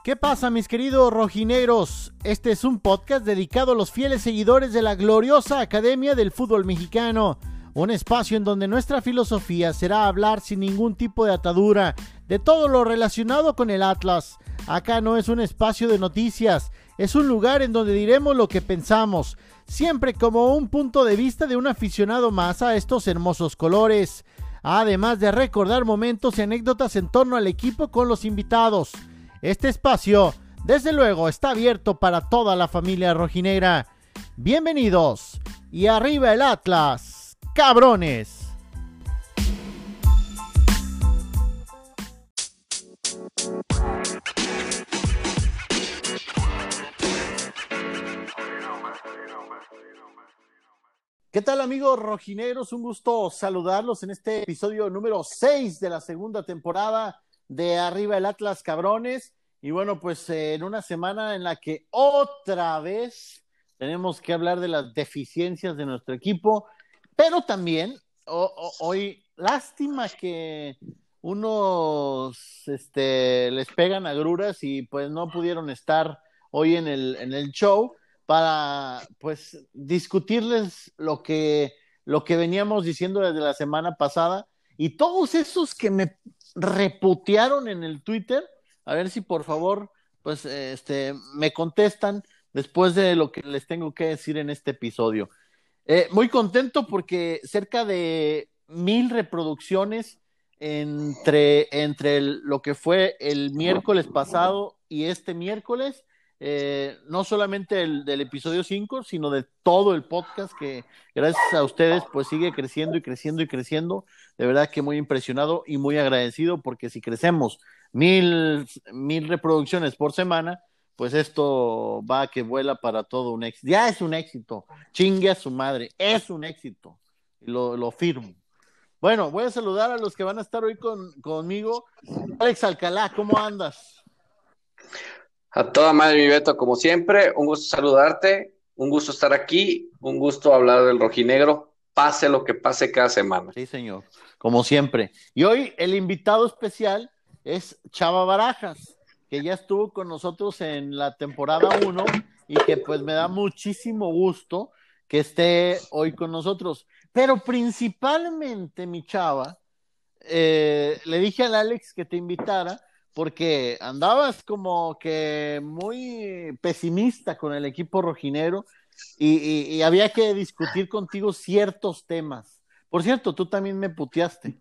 ¿Qué pasa, mis queridos rojinegros? Este es un podcast dedicado a los fieles seguidores de la gloriosa Academia del Fútbol Mexicano, un espacio en donde nuestra filosofía será hablar sin ningún tipo de atadura de todo lo relacionado con el Atlas. Acá no es un espacio de noticias, es un lugar en donde diremos lo que pensamos, siempre como un punto de vista de un aficionado más a estos hermosos colores, además de recordar momentos y anécdotas en torno al equipo con los invitados. Este espacio, desde luego, está abierto para toda la familia rojinegra. Bienvenidos y arriba el Atlas, cabrones. ¿Qué tal, amigos rojinegros? Un gusto saludarlos en este episodio número 6 de la segunda temporada de Arriba el Atlas, cabrones. Y bueno, pues en una semana en la que otra vez tenemos que hablar de las deficiencias de nuestro equipo, pero también hoy, lástima que unos les pegan agruras y pues no pudieron estar hoy en el show para pues discutirles lo que veníamos diciendo desde la semana pasada, y todos esos que me reputearon en el Twitter, a ver si por favor pues me contestan después de lo que les tengo que decir en este episodio. Muy contento porque cerca de 1,000 reproducciones entre lo que fue el miércoles pasado y este miércoles. No solamente del episodio 5, sino de todo el podcast, que gracias a ustedes pues sigue creciendo y creciendo y creciendo. De verdad que muy impresionado y muy agradecido, porque si crecemos 1,000 reproducciones por semana, pues esto va a que vuela para todo un éxito. Ya es un éxito, chingue a su madre, es un éxito, lo firmo. Bueno, voy a saludar a los que van a estar hoy conmigo. Alex Alcalá, ¿cómo andas? A toda madre, mi Beto, como siempre, un gusto saludarte, un gusto estar aquí, un gusto hablar del rojinegro, pase lo que pase cada semana. Sí, señor, como siempre. Y hoy el invitado especial es Chava Barajas, que ya estuvo con nosotros en la temporada 1 y que pues me da muchísimo gusto que esté hoy con nosotros. Pero principalmente, mi Chava, le dije al Alex que te invitara porque andabas como que muy pesimista con el equipo rojinero y había que discutir contigo ciertos temas. Por cierto, tú también me puteaste.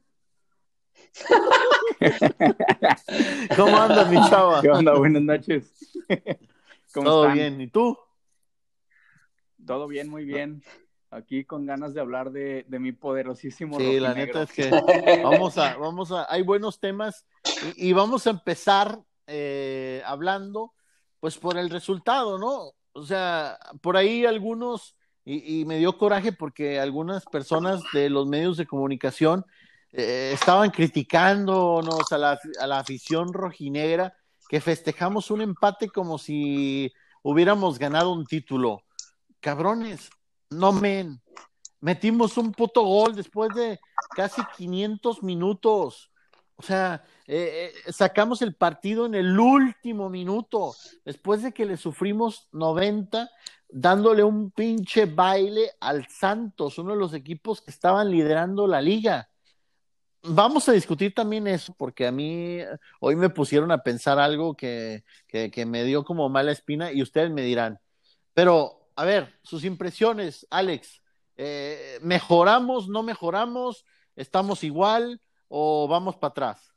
¿Cómo andas, mi Chava? ¿Qué onda? Buenas noches. ¿Cómo ¿Todo están? bien? ¿Y tú? Todo bien, muy bien. Aquí con ganas de hablar de mi poderosísimo Sí, rojinegro. la neta es que hay buenos temas y vamos a empezar hablando pues por el resultado, ¿no? O sea, por ahí algunos, y me dio coraje porque algunas personas de los medios de comunicación estaban criticándonos a la afición rojinegra, que festejamos un empate como si hubiéramos ganado un título. Cabrones, no men. Metimos un puto gol después de casi 500 minutos. O sea, sacamos el partido en el último minuto, después de que le sufrimos 90, dándole un pinche baile al Santos, uno de los equipos que estaban liderando la liga. Vamos a discutir también eso, porque a mí hoy me pusieron a pensar algo que me dio como mala espina, y ustedes me dirán. Pero, a ver, sus impresiones, Alex. ¿Mejoramos, no mejoramos? ¿Estamos igual o vamos para atrás?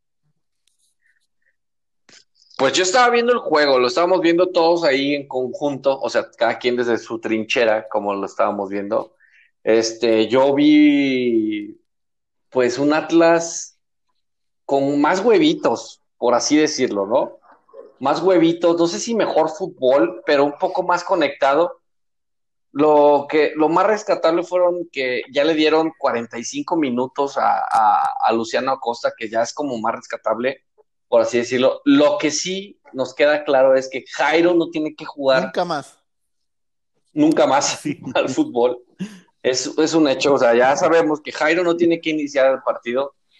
Pues yo estaba viendo el juego, lo estábamos viendo todos ahí en conjunto, o sea, cada quien desde su trinchera, como lo estábamos viendo. Yo vi, pues, un Atlas con más huevitos, por así decirlo, ¿no? Más huevitos, no sé si mejor fútbol, pero un poco más conectado. Lo más rescatable fueron que ya le dieron 45 minutos a Luciano Acosta, que ya es como más rescatable, por así decirlo. Lo que sí nos queda claro es que Jairo no tiene que jugar Nunca más. nunca más Sí. al fútbol. Es un hecho, o sea, ya sabemos que Jairo no tiene que iniciar el partido.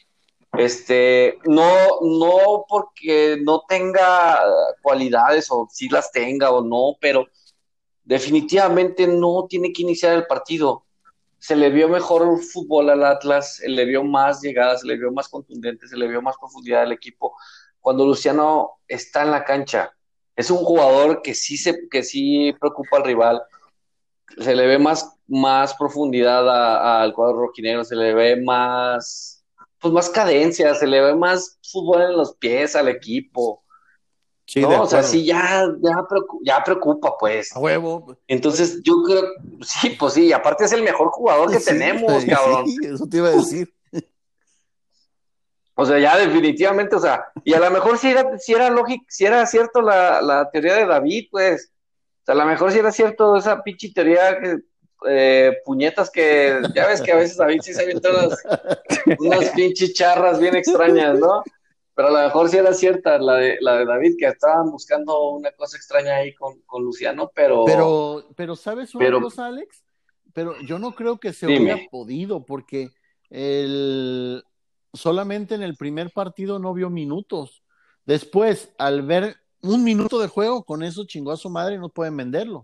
No porque no tenga cualidades o si las tenga o no, pero definitivamente no tiene que iniciar el partido. Se le vio mejor fútbol al Atlas, se le vio más llegadas, se le vio más contundente, se le vio más profundidad al equipo cuando Luciano está en la cancha. Es un jugador que sí preocupa al rival, se le ve más profundidad al cuadro rojinegro, se le ve más cadencia, se le ve más fútbol en los pies al equipo, Sí, de ¿no? O sea, acuerdo. sí, ya preocupa, pues. A huevo. Entonces, yo creo, sí, pues sí, aparte es el mejor jugador que Sí, tenemos, güey, cabrón. sí, eso te iba a decir. O sea, ya definitivamente, o sea, y a lo mejor si era lógico, si era cierto la teoría de David, pues, o sea, a lo mejor si era cierto esa pinche teoría que, puñetas que, ya ves que a veces David sí se avienta unas pinches charras bien extrañas, ¿no? Pero a lo mejor sí era cierta la de David, que estaban buscando una cosa extraña ahí con Luciano, Pero ¿sabes una pero, cosa, Alex? Pero yo no creo que se hubiera dime. podido, porque el... solamente en el primer partido no vio minutos. Después, al ver un minuto de juego, con eso chingó a su madre y no pueden venderlo.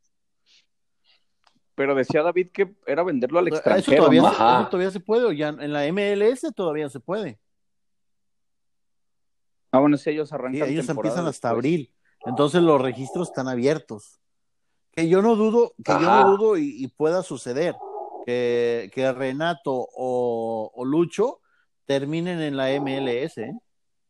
Pero decía David que era venderlo al Eso extranjero, todavía, ¿no? eso Ajá. todavía se puede, o ya en la MLS todavía se puede. Ah, bueno, si ellos Sí, arrancan ellos temporada empiezan hasta después. abril. Entonces los registros están abiertos. Que yo no Ajá. dudo y pueda suceder que Renato o Lucho terminen en la MLS, ¿eh?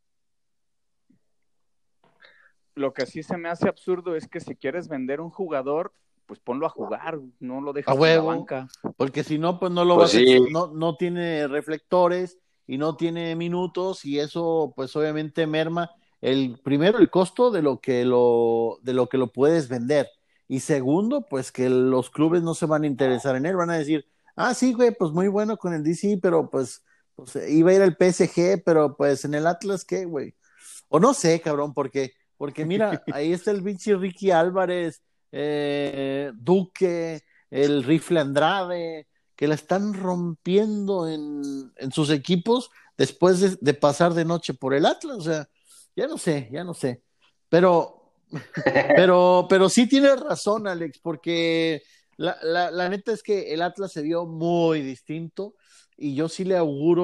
Lo que sí se me hace absurdo es que si quieres vender un jugador, pues ponlo a jugar, no lo A dejes en la huevo, banca. porque si no, pues no lo Pues vas a, sí. no tiene reflectores y no tiene minutos y eso pues obviamente merma primero el costo de lo que lo puedes vender y segundo pues que los clubes no se van a interesar en él, van a decir, ah sí güey, pues muy bueno con el DC, pero pues iba a ir al PSG, pero pues en el Atlas qué güey, o no sé cabrón, porque mira, ahí está el bichi Ricky Álvarez, Duque, el Rifle Andrade, que la están rompiendo en sus equipos después de pasar de noche por el Atlas. O sea, ya no sé. Pero, pero sí tienes razón, Alex, porque la neta es que el Atlas se vio muy distinto y yo sí le auguro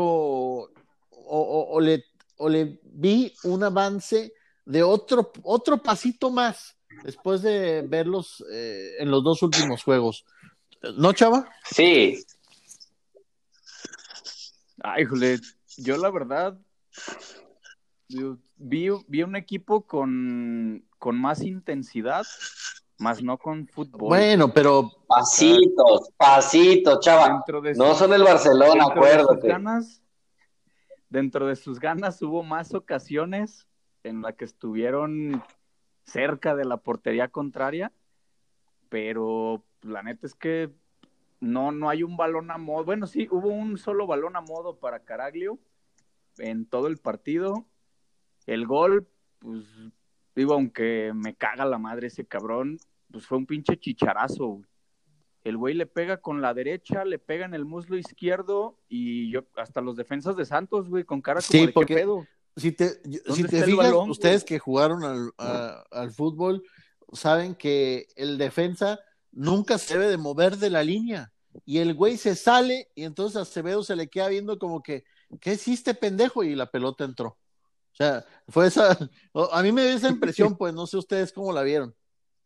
o le vi un avance de otro pasito más después de verlos en los dos últimos juegos. ¿No, Chava? Sí, Ay, jole, yo la verdad vi un equipo con más intensidad, más no con fútbol. Bueno, pero O sea, pasitos, chava. dentro de No sus, son el Barcelona, dentro de sus acuérdate. ganas, dentro de sus ganas hubo más ocasiones en las que estuvieron cerca de la portería contraria, pero la neta es que no hay un balón a modo. Bueno, sí, hubo un solo balón a modo para Caraglio en todo el partido. El gol, pues, digo, aunque me caga la madre ese cabrón, pues fue un pinche chicharazo, güey. El güey le pega con la derecha, le pega en el muslo izquierdo y yo, hasta los defensas de Santos, güey, con cara como sí, de qué porque pedo. si te, si ¿Dónde te está el fijas, balón, güey? ustedes que jugaron al fútbol saben que el defensa nunca se debe de mover de la línea. Y el güey se sale y entonces a Acevedo se le queda viendo como que, ¿qué hiciste, pendejo? Y la pelota entró. O sea, fue esa, a mí me dio esa impresión, pues no sé ustedes cómo la vieron.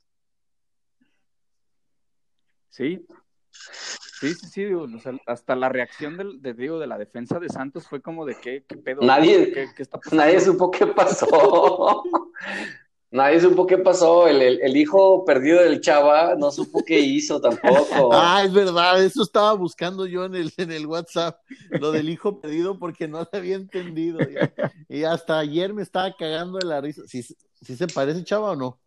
Sí, sí, digo, o sea, hasta la reacción digo, de la defensa de Santos fue como de qué pedo, Nadie, qué está nadie pasando. supo qué pasó. Nadie supo qué pasó. El hijo perdido del Chava no supo qué hizo tampoco. Ah, es verdad, eso estaba buscando yo en el WhatsApp, lo del hijo perdido porque no lo había entendido. Y hasta ayer me estaba cagando de la risa. ¿Sí se parece, Chava, o no?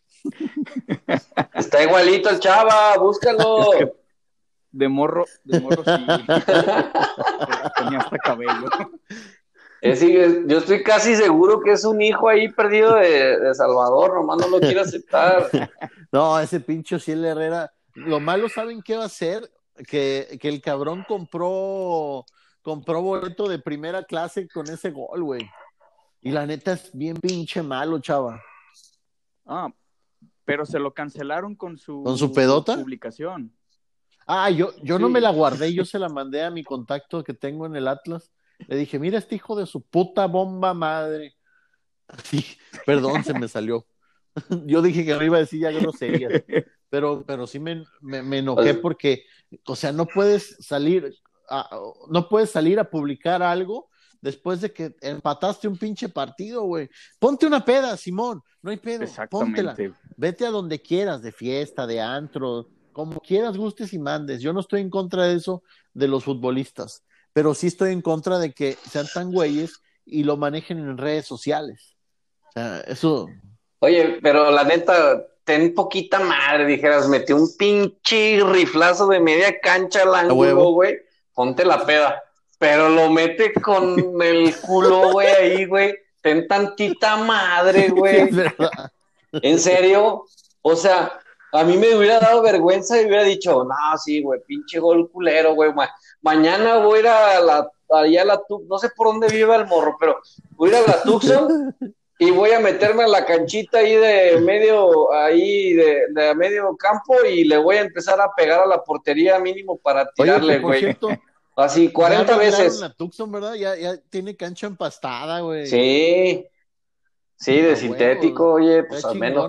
Está igualito el Chava, Es que búscalo. de morro sí, tenía hasta cabello. Yo estoy casi seguro que es un hijo ahí perdido de Salvador, nomás no lo quiere aceptar. No, ese pinche Ciel Herrera, lo malo, ¿saben qué va a hacer? que el cabrón compró boleto de primera clase con ese gol, güey. Y la neta es bien pinche malo, chava. Ah, pero se lo cancelaron ¿Con su pedota? publicación. Ah, yo no Sí. me la guardé, yo se la mandé a mi contacto que tengo en el Atlas. Le dije, mira este hijo de su puta bomba madre. Sí, perdón, se me salió. Yo dije que no iba a decir ya groserías, pero sí me enojé porque, o sea, no puedes salir a publicar algo después de que empataste un pinche partido, güey. Ponte una peda, Simón, no hay pedo, póntela. Exactamente. Vete a donde quieras, de fiesta, de antro, como quieras, gustes y mandes. Yo no estoy en contra de eso de los futbolistas, pero sí estoy en contra de que sean tan güeyes y lo manejen en redes sociales. O sea, eso. Oye, pero la neta, ten poquita madre, dijeras, metió un pinche riflazo de media cancha al ángulo, güey, ponte la peda. Pero lo mete con el culo, güey, ahí, güey. Ten tantita madre, güey. ¿En serio? O sea, a mí me hubiera dado vergüenza y hubiera dicho, no, sí, güey, pinche gol culero, güey. Mañana voy a ir allá a la Tucson, no sé por dónde vive el morro, pero voy a ir a la Tucson y voy a meterme a la canchita ahí de medio campo y le voy a empezar a pegar a la portería mínimo para tirarle, güey. Así, 40 veces. La Tucson, ¿verdad? Ya tiene cancha empastada, güey. Sí, de sintético, oye, pues al menos.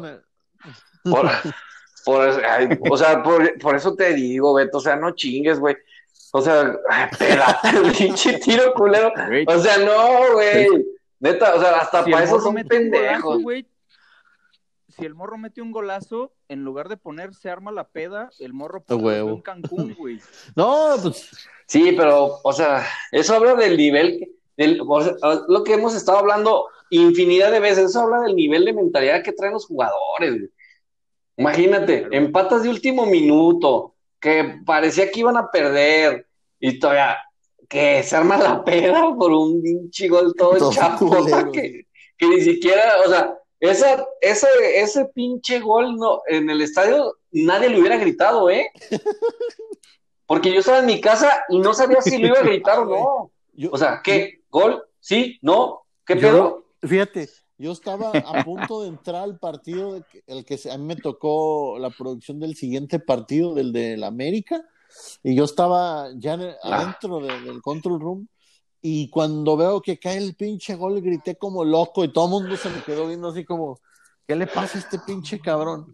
Por eso te digo, Beto, o sea, no chingues, güey. O sea, espérate, pinche tiro culero. O sea, no, güey. Neta, o sea, hasta para eso son pendejos. Si el morro mete un golazo, en lugar de ponerse arma la peda, el morro pone un Cancún, güey. No, pues. Sí, pero, o sea, eso habla del nivel, lo que hemos estado hablando infinidad de veces, eso habla del nivel de mentalidad que traen los jugadores, güey. Imagínate, empatas de último minuto, que parecía que iban a perder, y todavía, que se arma la peda por un pinche gol todo chapota, que ni siquiera, o sea, ese pinche gol no, en el estadio nadie le hubiera gritado, porque yo estaba en mi casa y no sabía si lo iba a gritar o no. O sea, ¿qué? ¿Gol? ¿Sí? ¿No? ¿Qué pedo? Fíjate, yo estaba a punto de entrar al partido, a mí me tocó la producción del siguiente partido, del de la América, y yo estaba ya adentro del control room, y cuando veo que cae el pinche gol, grité como loco, y todo el mundo se me quedó viendo así como, ¿qué le pasa a este pinche cabrón?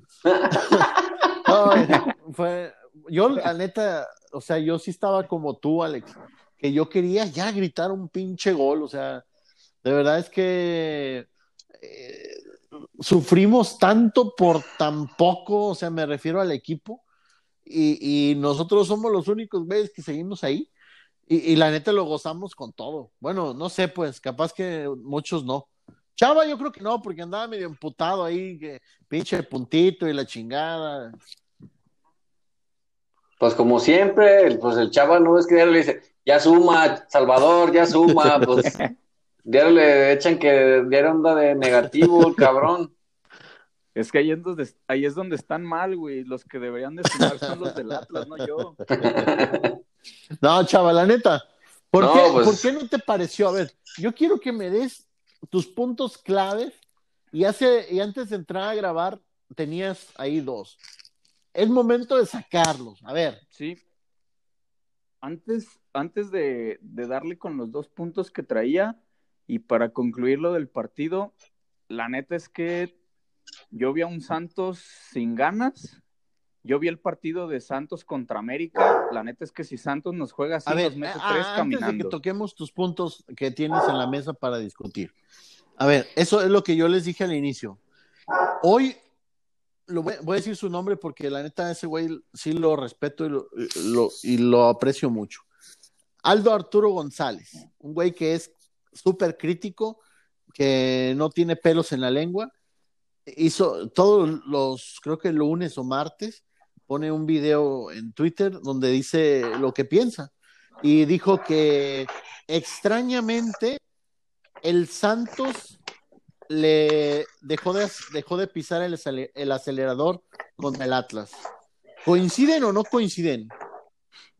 Yo, la neta, o sea, yo sí estaba como tú, Alex, que yo quería ya gritar un pinche gol, o sea, de verdad es que sufrimos tanto por tan poco, o sea, me refiero al equipo, y nosotros somos los únicos güeyes que seguimos ahí, y la neta lo gozamos con todo. Bueno, no sé, pues, capaz que muchos no. Chava, yo creo que no, porque andaba medio emputado ahí, que pinche puntito y la chingada. Pues como siempre, pues el Chava no es que diario le dice, ya suma, Salvador, ya suma, pues diario le echan que diario anda de negativo, el cabrón. Es que ahí es donde están mal, güey. Los que deberían de sumar son los del Atlas, no yo. No, Chava, la neta, ¿por qué no te pareció? A ver, yo quiero que me des tus puntos claves y antes de entrar a grabar tenías ahí 2. Es momento de sacarlos, a ver. Sí. Antes de darle con los 2 puntos que traía y para concluir lo del partido, la neta es que yo vi a un Santos sin ganas. Yo vi el partido de Santos contra América. La neta es que si Santos nos juega así, nos mete 3 caminando. Antes de que toquemos tus puntos que tienes en la mesa para discutir. A ver, eso es lo que yo les dije al inicio. Hoy voy a decir su nombre porque la neta ese güey sí lo respeto y lo aprecio mucho. Aldo Arturo González, un güey que es súper crítico, que no tiene pelos en la lengua. Hizo todos creo que lunes o martes, pone un video en Twitter donde dice lo que piensa. Y dijo que extrañamente el Santos le dejó de pisar el acelerador con el Atlas. ¿Coinciden o no coinciden?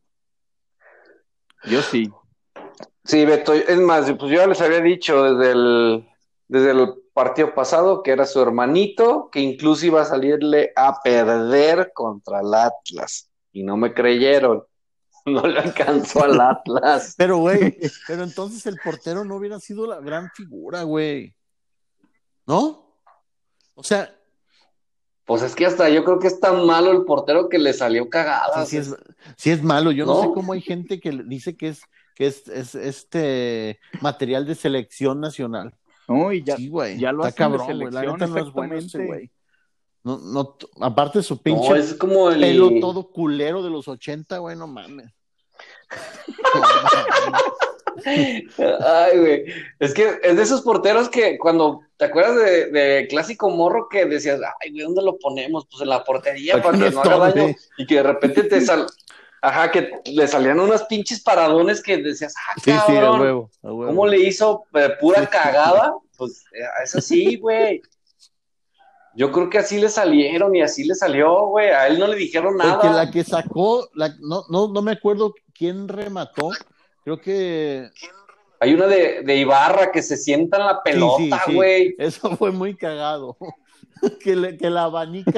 Yo sí. Sí, Beto, es más, pues yo ya les había dicho desde el partido pasado que era su hermanito, que incluso iba a salirle a perder contra el Atlas. Y no me creyeron. No le alcanzó al Atlas. Pero, güey, pero entonces el portero no hubiera sido la gran figura, güey. ¿No? O sea, Pues es que hasta yo creo que es tan malo el portero que le salió sí, cagadas, sí es malo. Yo no sé ¿no? cómo hay gente que dice que es este material de selección nacional. No, y Sí, güey, ya lo está hacen de cabrón, güey. La selección, neta no es bueno ese exactamente. güey. No, no, aparte de su No, pinche es como pelo el... todo culero de los 80, güey, no mames. No mames. Ay, güey. Es que es de esos porteros que cuando te acuerdas de clásico morro que decías, ay, güey, ¿dónde lo ponemos? Pues en la portería Para que para no que no haga daño estorbe. y que de repente ajá, que le salían unas pinches paradones que decías, ah, Sí, sí, a cabrón, huevo, a ¿cómo huevo. le hizo Sí. pura cagada? Pues es así, güey. Yo creo que así le salieron y así le salió, güey. A él no le dijeron Porque nada. la que sacó, no me acuerdo quién remató. Creo que Hay una de Ibarra que se sienta en la sí, sí, pelota, sí. güey. Eso fue muy cagado. Que la abanica,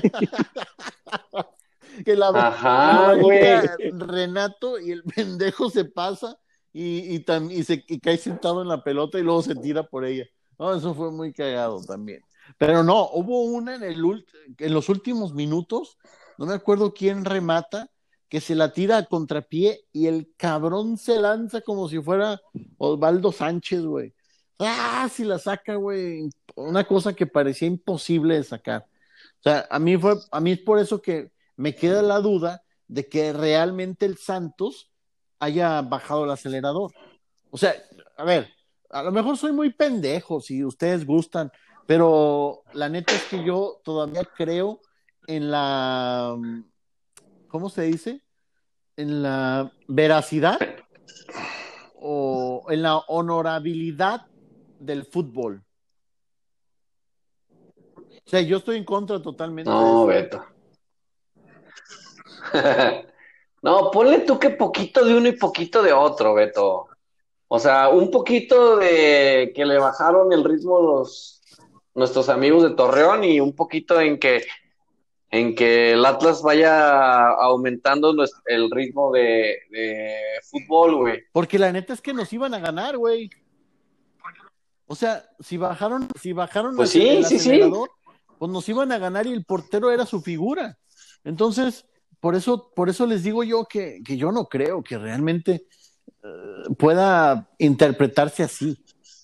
que la Ajá, güey. abanica Renato y el pendejo se pasa y cae sentado en la pelota y luego se tira por ella. No, eso fue muy cagado también. Pero no, hubo una en los últimos minutos, no me acuerdo quién remata, que se la tira a contrapié y el cabrón se lanza como si fuera Osvaldo Sánchez, güey. Ah, si la saca, güey. Una cosa que parecía imposible de sacar. O sea, a mí es por eso que me queda la duda de que realmente el Santos haya bajado el acelerador. O sea, a ver, a lo mejor soy muy pendejo si ustedes gustan, pero la neta es que yo todavía creo en la, ¿cómo se dice? En la veracidad o en la honorabilidad del fútbol. O sea, yo estoy en contra totalmente de No, eso. Beto. No, ponle tú que poquito de uno y poquito de otro, Beto. O sea, un poquito de que le bajaron el ritmo nuestros amigos de Torreón y un poquito en que el Atlas vaya aumentando el ritmo de fútbol, güey. Porque la neta es que nos iban a ganar, güey. O sea, si bajaron Pues sí, el sí, sí. acelerador, pues nos iban a ganar y el portero era su figura. Entonces, por eso les digo yo que yo no creo que realmente pueda interpretarse así.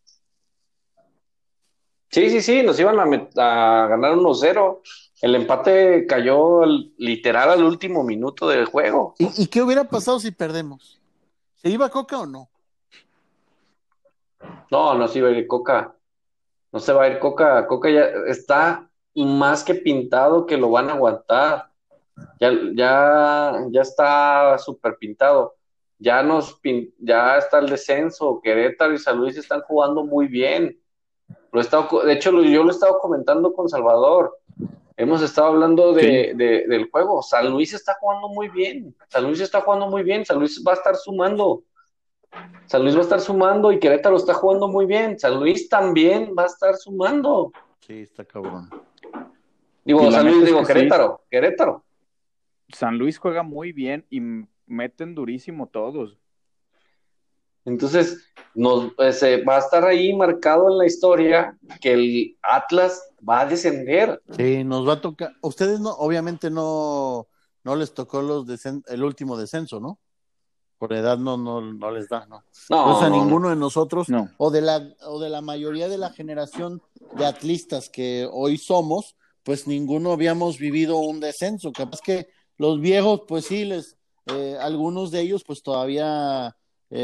Sí, sí, sí, nos iban a ganar 1-0. El empate cayó literal al último minuto del juego. Y qué hubiera pasado si perdemos? ¿Se iba Coca o no? No, no se iba a ir Coca. No se va a ir Coca. Coca ya está más que pintado que lo van a aguantar. Ya está súper pintado. Ya está el descenso. Querétaro y San Luis están jugando muy bien. De hecho, yo lo he estado comentando con Salvador. Hemos estado hablando Sí. del juego. San Luis está jugando muy bien. San Luis está jugando muy bien. San Luis va a estar sumando. San Luis va a estar sumando y Querétaro está jugando muy bien. San Luis también va a estar sumando. Sí, está cabrón. Y Digo, la San Luis, neta es digo, que sí, Querétaro. San Luis juega muy bien y meten durísimo todos. Entonces, va a estar ahí marcado en la historia que el Atlas va a descender. Sí, nos va a tocar. Ustedes no, obviamente no les tocó el último descenso, ¿no? Por edad no les da, ¿no? Entonces No, a no, no. ninguno de nosotros, No. o de la mayoría de la generación de atlistas que hoy somos, pues ninguno habíamos vivido un descenso. Capaz que los viejos, pues sí, algunos de ellos, pues todavía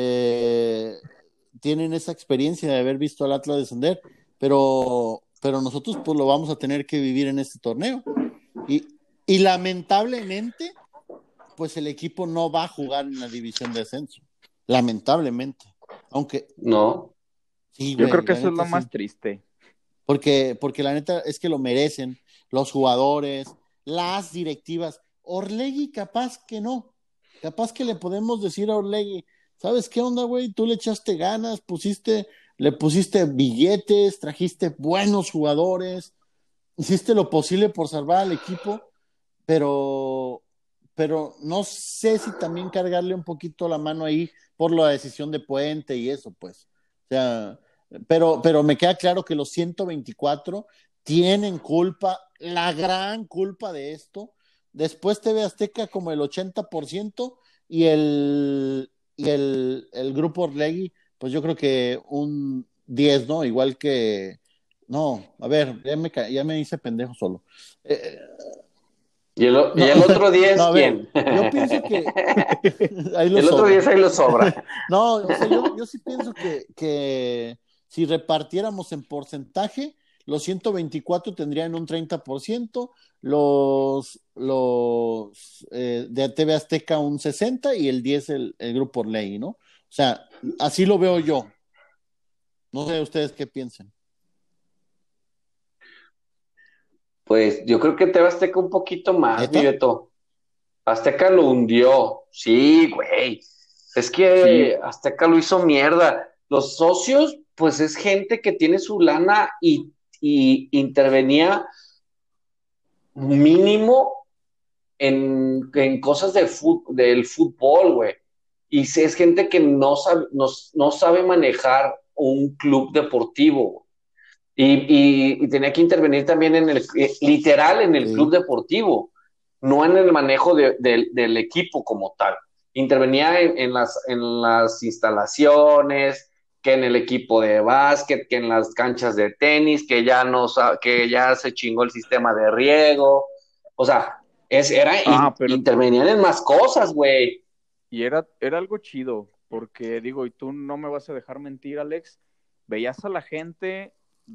tienen esa experiencia de haber visto al Atlas descender, pero nosotros pues lo vamos a tener que vivir en este torneo. Y lamentablemente pues el equipo no va a jugar en la división de ascenso. Lamentablemente. Aunque, No. sí, Yo creo güey, que la eso es neta lo sí. más triste. Porque la neta es que lo merecen los jugadores, las directivas. Orlegui capaz que no. Capaz que le podemos decir a Orlegui, ¿sabes qué onda, güey? Tú le echaste ganas, le pusiste billetes, trajiste buenos jugadores, hiciste lo posible por salvar al equipo, pero, pero no sé si también cargarle un poquito la mano ahí por la decisión de Puente y eso, pues. O sea, pero me queda claro que los 124 tienen culpa, la gran culpa de esto. Después TV Azteca como el 80% y el grupo Orlegui, pues yo creo que un 10, ¿no? Igual que... No, a ver, ya me hice pendejo solo. Eh, Y no, el otro no, 10, a ver, ¿quién? yo pienso que ahí lo El otro 10 sobran. ahí lo sobra. No, o sea, yo sí pienso que si repartiéramos en porcentaje, los 124 tendrían un 30%, de TV Azteca un 60% y el 10 el Grupo Orlegui, ¿no? O sea, así lo veo yo. No sé ustedes qué piensan. Pues yo creo que te Azteca un poquito más, mi ¿Neta? Beto. Azteca lo hundió. Sí, güey. Es Sí, que Azteca lo hizo mierda. Los socios, pues es gente que tiene su lana y intervenía mínimo en cosas del fútbol, güey. Y si es gente que no sabe manejar un club deportivo. Y tenía que intervenir también literal en el club Sí. deportivo, no en el manejo del equipo como tal. Intervenía en las instalaciones, que en el equipo de básquet, que en las canchas de tenis, que ya no que ya se chingó el sistema de riego. O sea, pero intervenían en más cosas, güey. y era algo chido, porque digo, y tú no me vas a dejar mentir, Alex, veías a la gente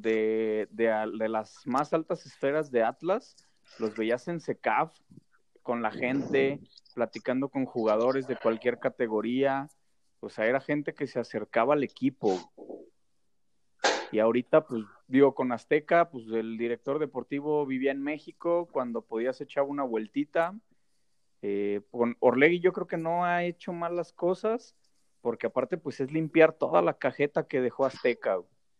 de las más altas esferas de Atlas, los veías en CECAF, con la gente, platicando con jugadores de cualquier categoría, o sea, era gente que se acercaba al equipo. Y ahorita, pues, digo, con Azteca, pues el director deportivo vivía en México, cuando podías echar una vueltita. Con Orlegui yo creo que no ha hecho mal las cosas, porque aparte, pues, es limpiar toda la cajeta que dejó Azteca,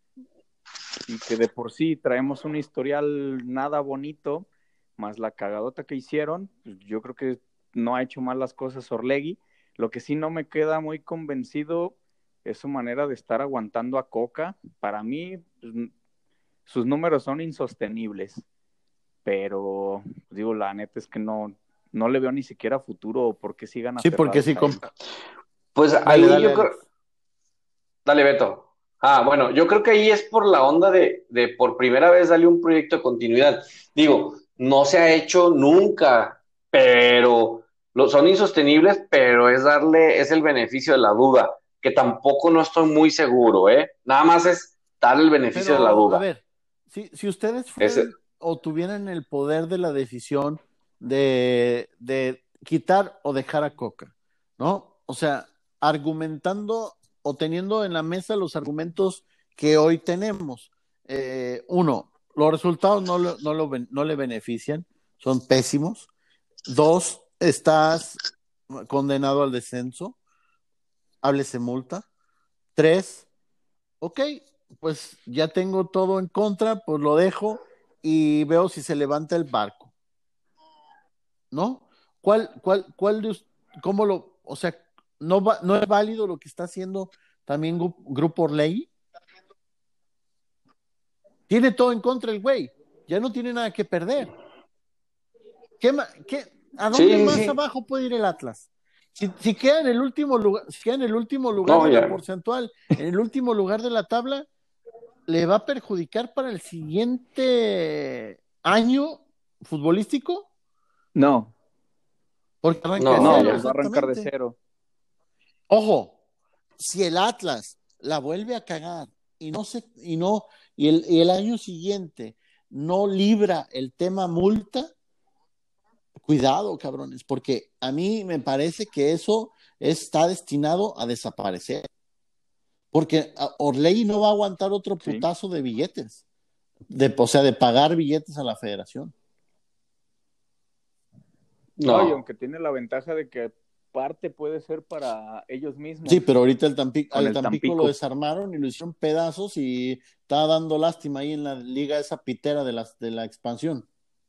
y que de por sí traemos un historial nada bonito, más la cagadota que hicieron, pues yo creo que no ha hecho mal las cosas Orlegui. Lo que sí no me queda muy convencido es su manera de estar aguantando a Coca. Para mí, pues, sus números son insostenibles, pero digo, la neta es que no le veo ni siquiera futuro porque sigan Sí, porque aferrados sí. a él. Pues Dale, ahí dale, yo creo, Alex. dale, Beto. Ah, bueno, yo creo que ahí es por la onda de por primera vez darle un proyecto de continuidad. Digo, no se ha hecho nunca, pero son insostenibles, pero es el beneficio de la duda, que tampoco no estoy muy seguro, ¿eh? Nada más es darle el beneficio de la Pero, a duda. ver, si ustedes Ese, fueran o tuvieran el poder de la decisión de quitar o dejar a Coca, ¿no? O sea, argumentando o teniendo en la mesa los argumentos que hoy tenemos. Uno, los resultados no le benefician, son pésimos. Dos, estás condenado al descenso, háblese multa. Tres, ok, pues ya tengo todo en contra, pues lo dejo y veo si se levanta el barco, ¿no? ¿Cuál cómo o sea, no es válido lo que está haciendo también Grupo Orley? Tiene todo en contra el güey, ya no tiene nada que perder. ¿A dónde sí, sí, más sí. abajo puede ir el Atlas? Si queda en el último lugar, si queda en el último lugar No, de la ya. porcentual, en el último lugar de la tabla, le va a perjudicar para el siguiente año futbolístico, No, porque arranca de No, no, cero, pues ya. va a arrancar de exactamente. cero. Ojo, si el Atlas la vuelve a cagar y no se, y el año siguiente no libra el tema multa, cuidado, cabrones, porque a mí me parece que eso está destinado a desaparecer. Porque Orley no va a aguantar otro Sí. putazo de billetes, o sea, de pagar billetes a la federación. No, y No. aunque tiene la ventaja de que parte puede ser para ellos mismos. Sí, pero ahorita al Con el Tampico Tampico. lo desarmaron y lo hicieron pedazos y está dando lástima ahí en la liga esa pitera de la expansión.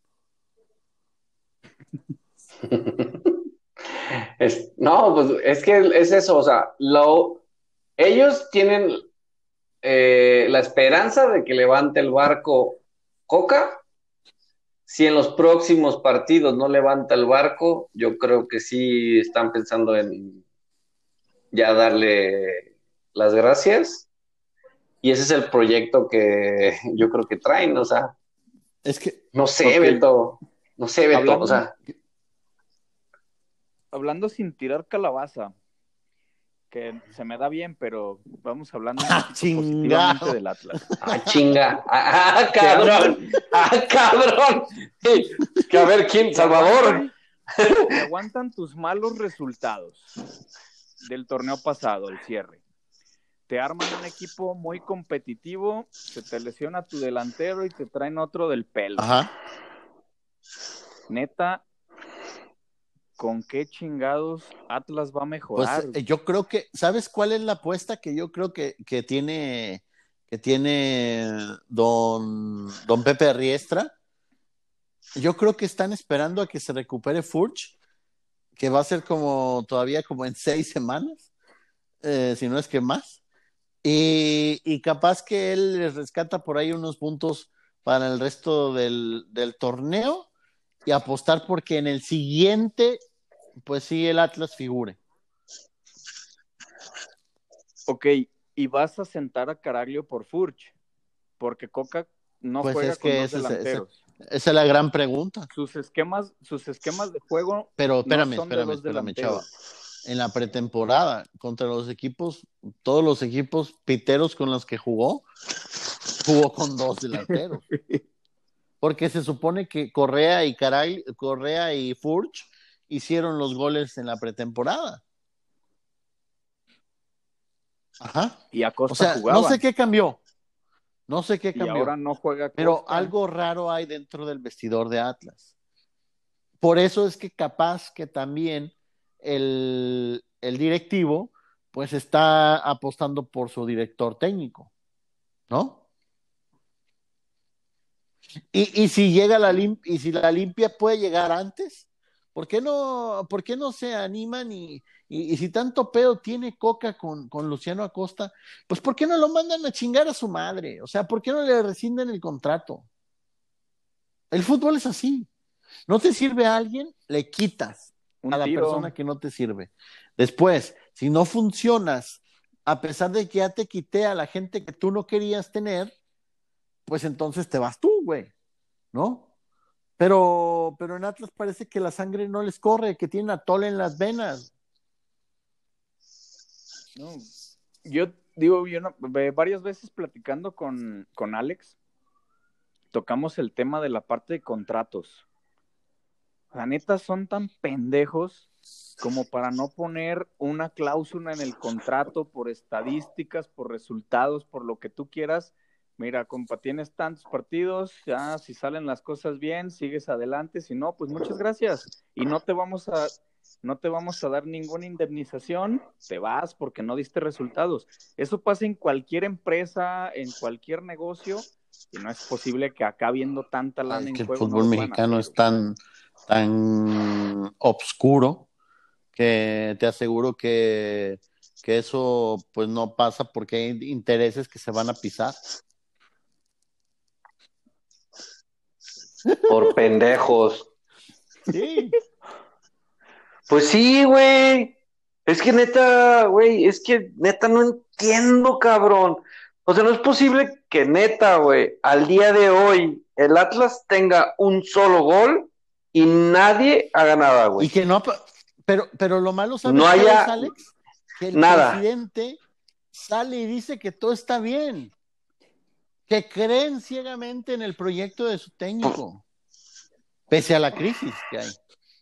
No, pues es que es eso, o sea, ellos tienen la esperanza de que levante el barco Coca. Si en los próximos partidos no levanta el barco, yo creo que sí están pensando en ya darle las gracias. Y ese es el proyecto que yo creo que traen, o sea. Es que. No sé, Beto. No sé, Beto, Hablando, o sea. Hablando sin tirar calabaza, que se me da bien, pero vamos hablando un poquito positivamente del Atlas. Chinga. Cabrón. Cabrón. Que a ver, ¿quién? Salvador. Te aguantan tus malos resultados del torneo pasado, el cierre. Te arman un equipo muy competitivo, se te lesiona tu delantero y te traen otro del pelo. Ajá. Neta, ¿con qué chingados Atlas va a mejorar? Pues yo creo que, ¿sabes cuál es la apuesta que yo creo que tiene don Pepe Riestra? Yo creo que están esperando a que se recupere Furch, que va a ser todavía como en 6 semanas, si no es que más. Y capaz que él les rescata por ahí unos puntos para el resto del torneo y apostar porque en el siguiente, pues sí, el Atlas figure. Ok, y vas a sentar a Caraglio por Furch, porque Coca no pues juega es que con dos delanteros. Esa es la gran pregunta. Sus esquemas de juego pero no son de dos delanteros. Chava. En la pretemporada, contra todos los equipos piteros con los que jugó con 2 delanteros. Porque se supone que Correa y Furch hicieron los goles en la pretemporada. Ajá. Y Acosta jugaba. No sé qué cambió. Y ahora no juega Acosta. Pero algo raro hay dentro del vestidor de Atlas. Por eso es que capaz que también el directivo pues está apostando por su director técnico, ¿no? Y si llega y si la limpia puede llegar antes, ¿por qué no se animan y si tanto pedo tiene Coca con Luciano Acosta, pues ¿por qué no lo mandan a chingar a su madre? O sea, ¿por qué no le rescinden el contrato? El fútbol es así. No te sirve a alguien, le quitas a la persona que no te sirve. Después, si no funcionas, a pesar de que ya te quité a la gente que tú no querías tener, pues entonces te vas tú, güey, ¿no? Pero en Atlas parece que la sangre no les corre, que tienen atole en las venas. No, yo digo, varias veces platicando con Alex, tocamos el tema de la parte de contratos. La neta, son tan pendejos como para no poner una cláusula en el contrato por estadísticas, por resultados, por lo que tú quieras. Mira, compa, tienes tantos partidos, ya si salen las cosas bien, sigues adelante, si no, pues muchas gracias. Y no te vamos a dar ninguna indemnización, te vas porque no diste resultados. Eso pasa en cualquier empresa, en cualquier negocio, y no es posible que acá viendo tanta lana en juego. El fútbol mexicano es tan obscuro que te aseguro que eso pues no pasa porque hay intereses que se van a pisar. Por pendejos. Sí. Pues sí, güey. Es que neta no entiendo, cabrón. O sea, no es posible que neta, güey, al día de hoy el Atlas tenga un solo gol y nadie haga nada, güey. Y que no, pero lo malo, ¿sabes no haya es, Alex? Que el nada. presidente sale y dice que todo está bien, que creen ciegamente en el proyecto de su técnico, pese a la crisis que hay.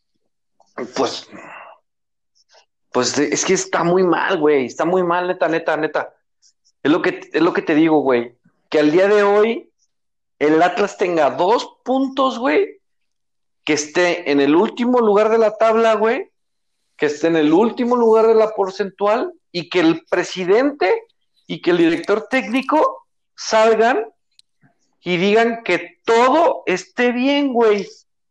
Pues es que está muy mal, güey, está muy mal, neta. Es lo que te digo, güey, que al día de hoy el Atlas tenga 2 puntos, güey, que esté en el último lugar de la tabla, güey, que esté en el último lugar de la porcentual y que el presidente y que el director técnico salgan y digan que todo esté bien, güey.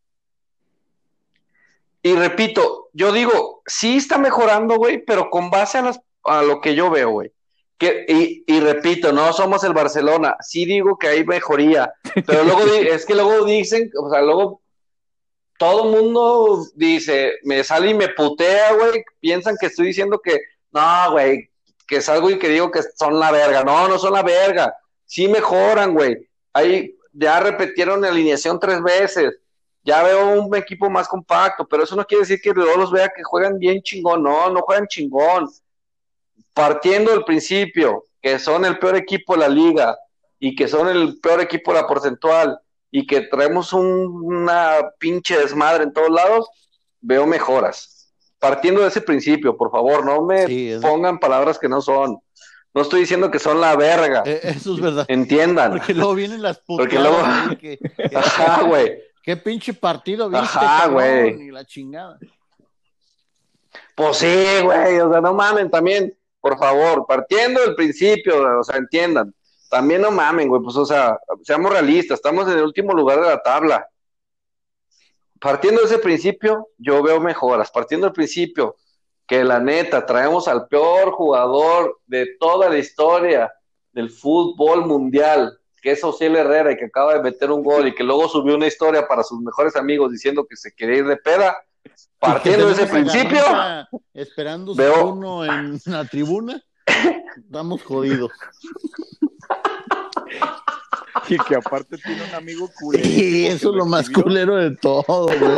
Y repito, yo digo, sí está mejorando, güey, pero con base a lo que yo veo, güey. Y repito, no somos el Barcelona, sí digo que hay mejoría, pero luego es que luego dicen, o sea, luego todo el mundo dice, me sale y me putea, güey, piensan que estoy diciendo que, no, güey, que salgo y que digo que son la verga. No, no son la verga, sí mejoran, güey. Ahí ya repitieron la alineación 3 veces, ya veo un equipo más compacto, pero eso no quiere decir que luego los vea que juegan bien chingón. No, no juegan chingón. Partiendo del principio que son el peor equipo de la liga y que son el peor equipo de la porcentual y que traemos una pinche desmadre en todos lados, veo mejoras. Partiendo de ese principio, por favor, no me pongan palabras que no son. No estoy diciendo que son la verga. Eso es verdad. Entiendan. Porque luego vienen las putas. Porque luego... Ajá, güey. Qué pinche partido viste, ajá, güey. Y la chingada. Pues sí, güey. O sea, no mamen también. Por favor, partiendo del principio, o sea, entiendan. También no mamen, güey, pues, o sea, seamos realistas, estamos en el último lugar de la tabla. Partiendo de ese principio, yo veo mejoras. Partiendo del principio, que la neta, traemos al peor jugador de toda la historia del fútbol mundial, que es Ociel Herrera, y que acaba de meter un gol, y que luego subió una historia para sus mejores amigos diciendo que se quería ir de peda. Partiendo de ese principio, esperando su turno en la tribuna, estamos jodidos. Y que aparte tiene un amigo culero. Sí, eso es lo más culero de todo, güey.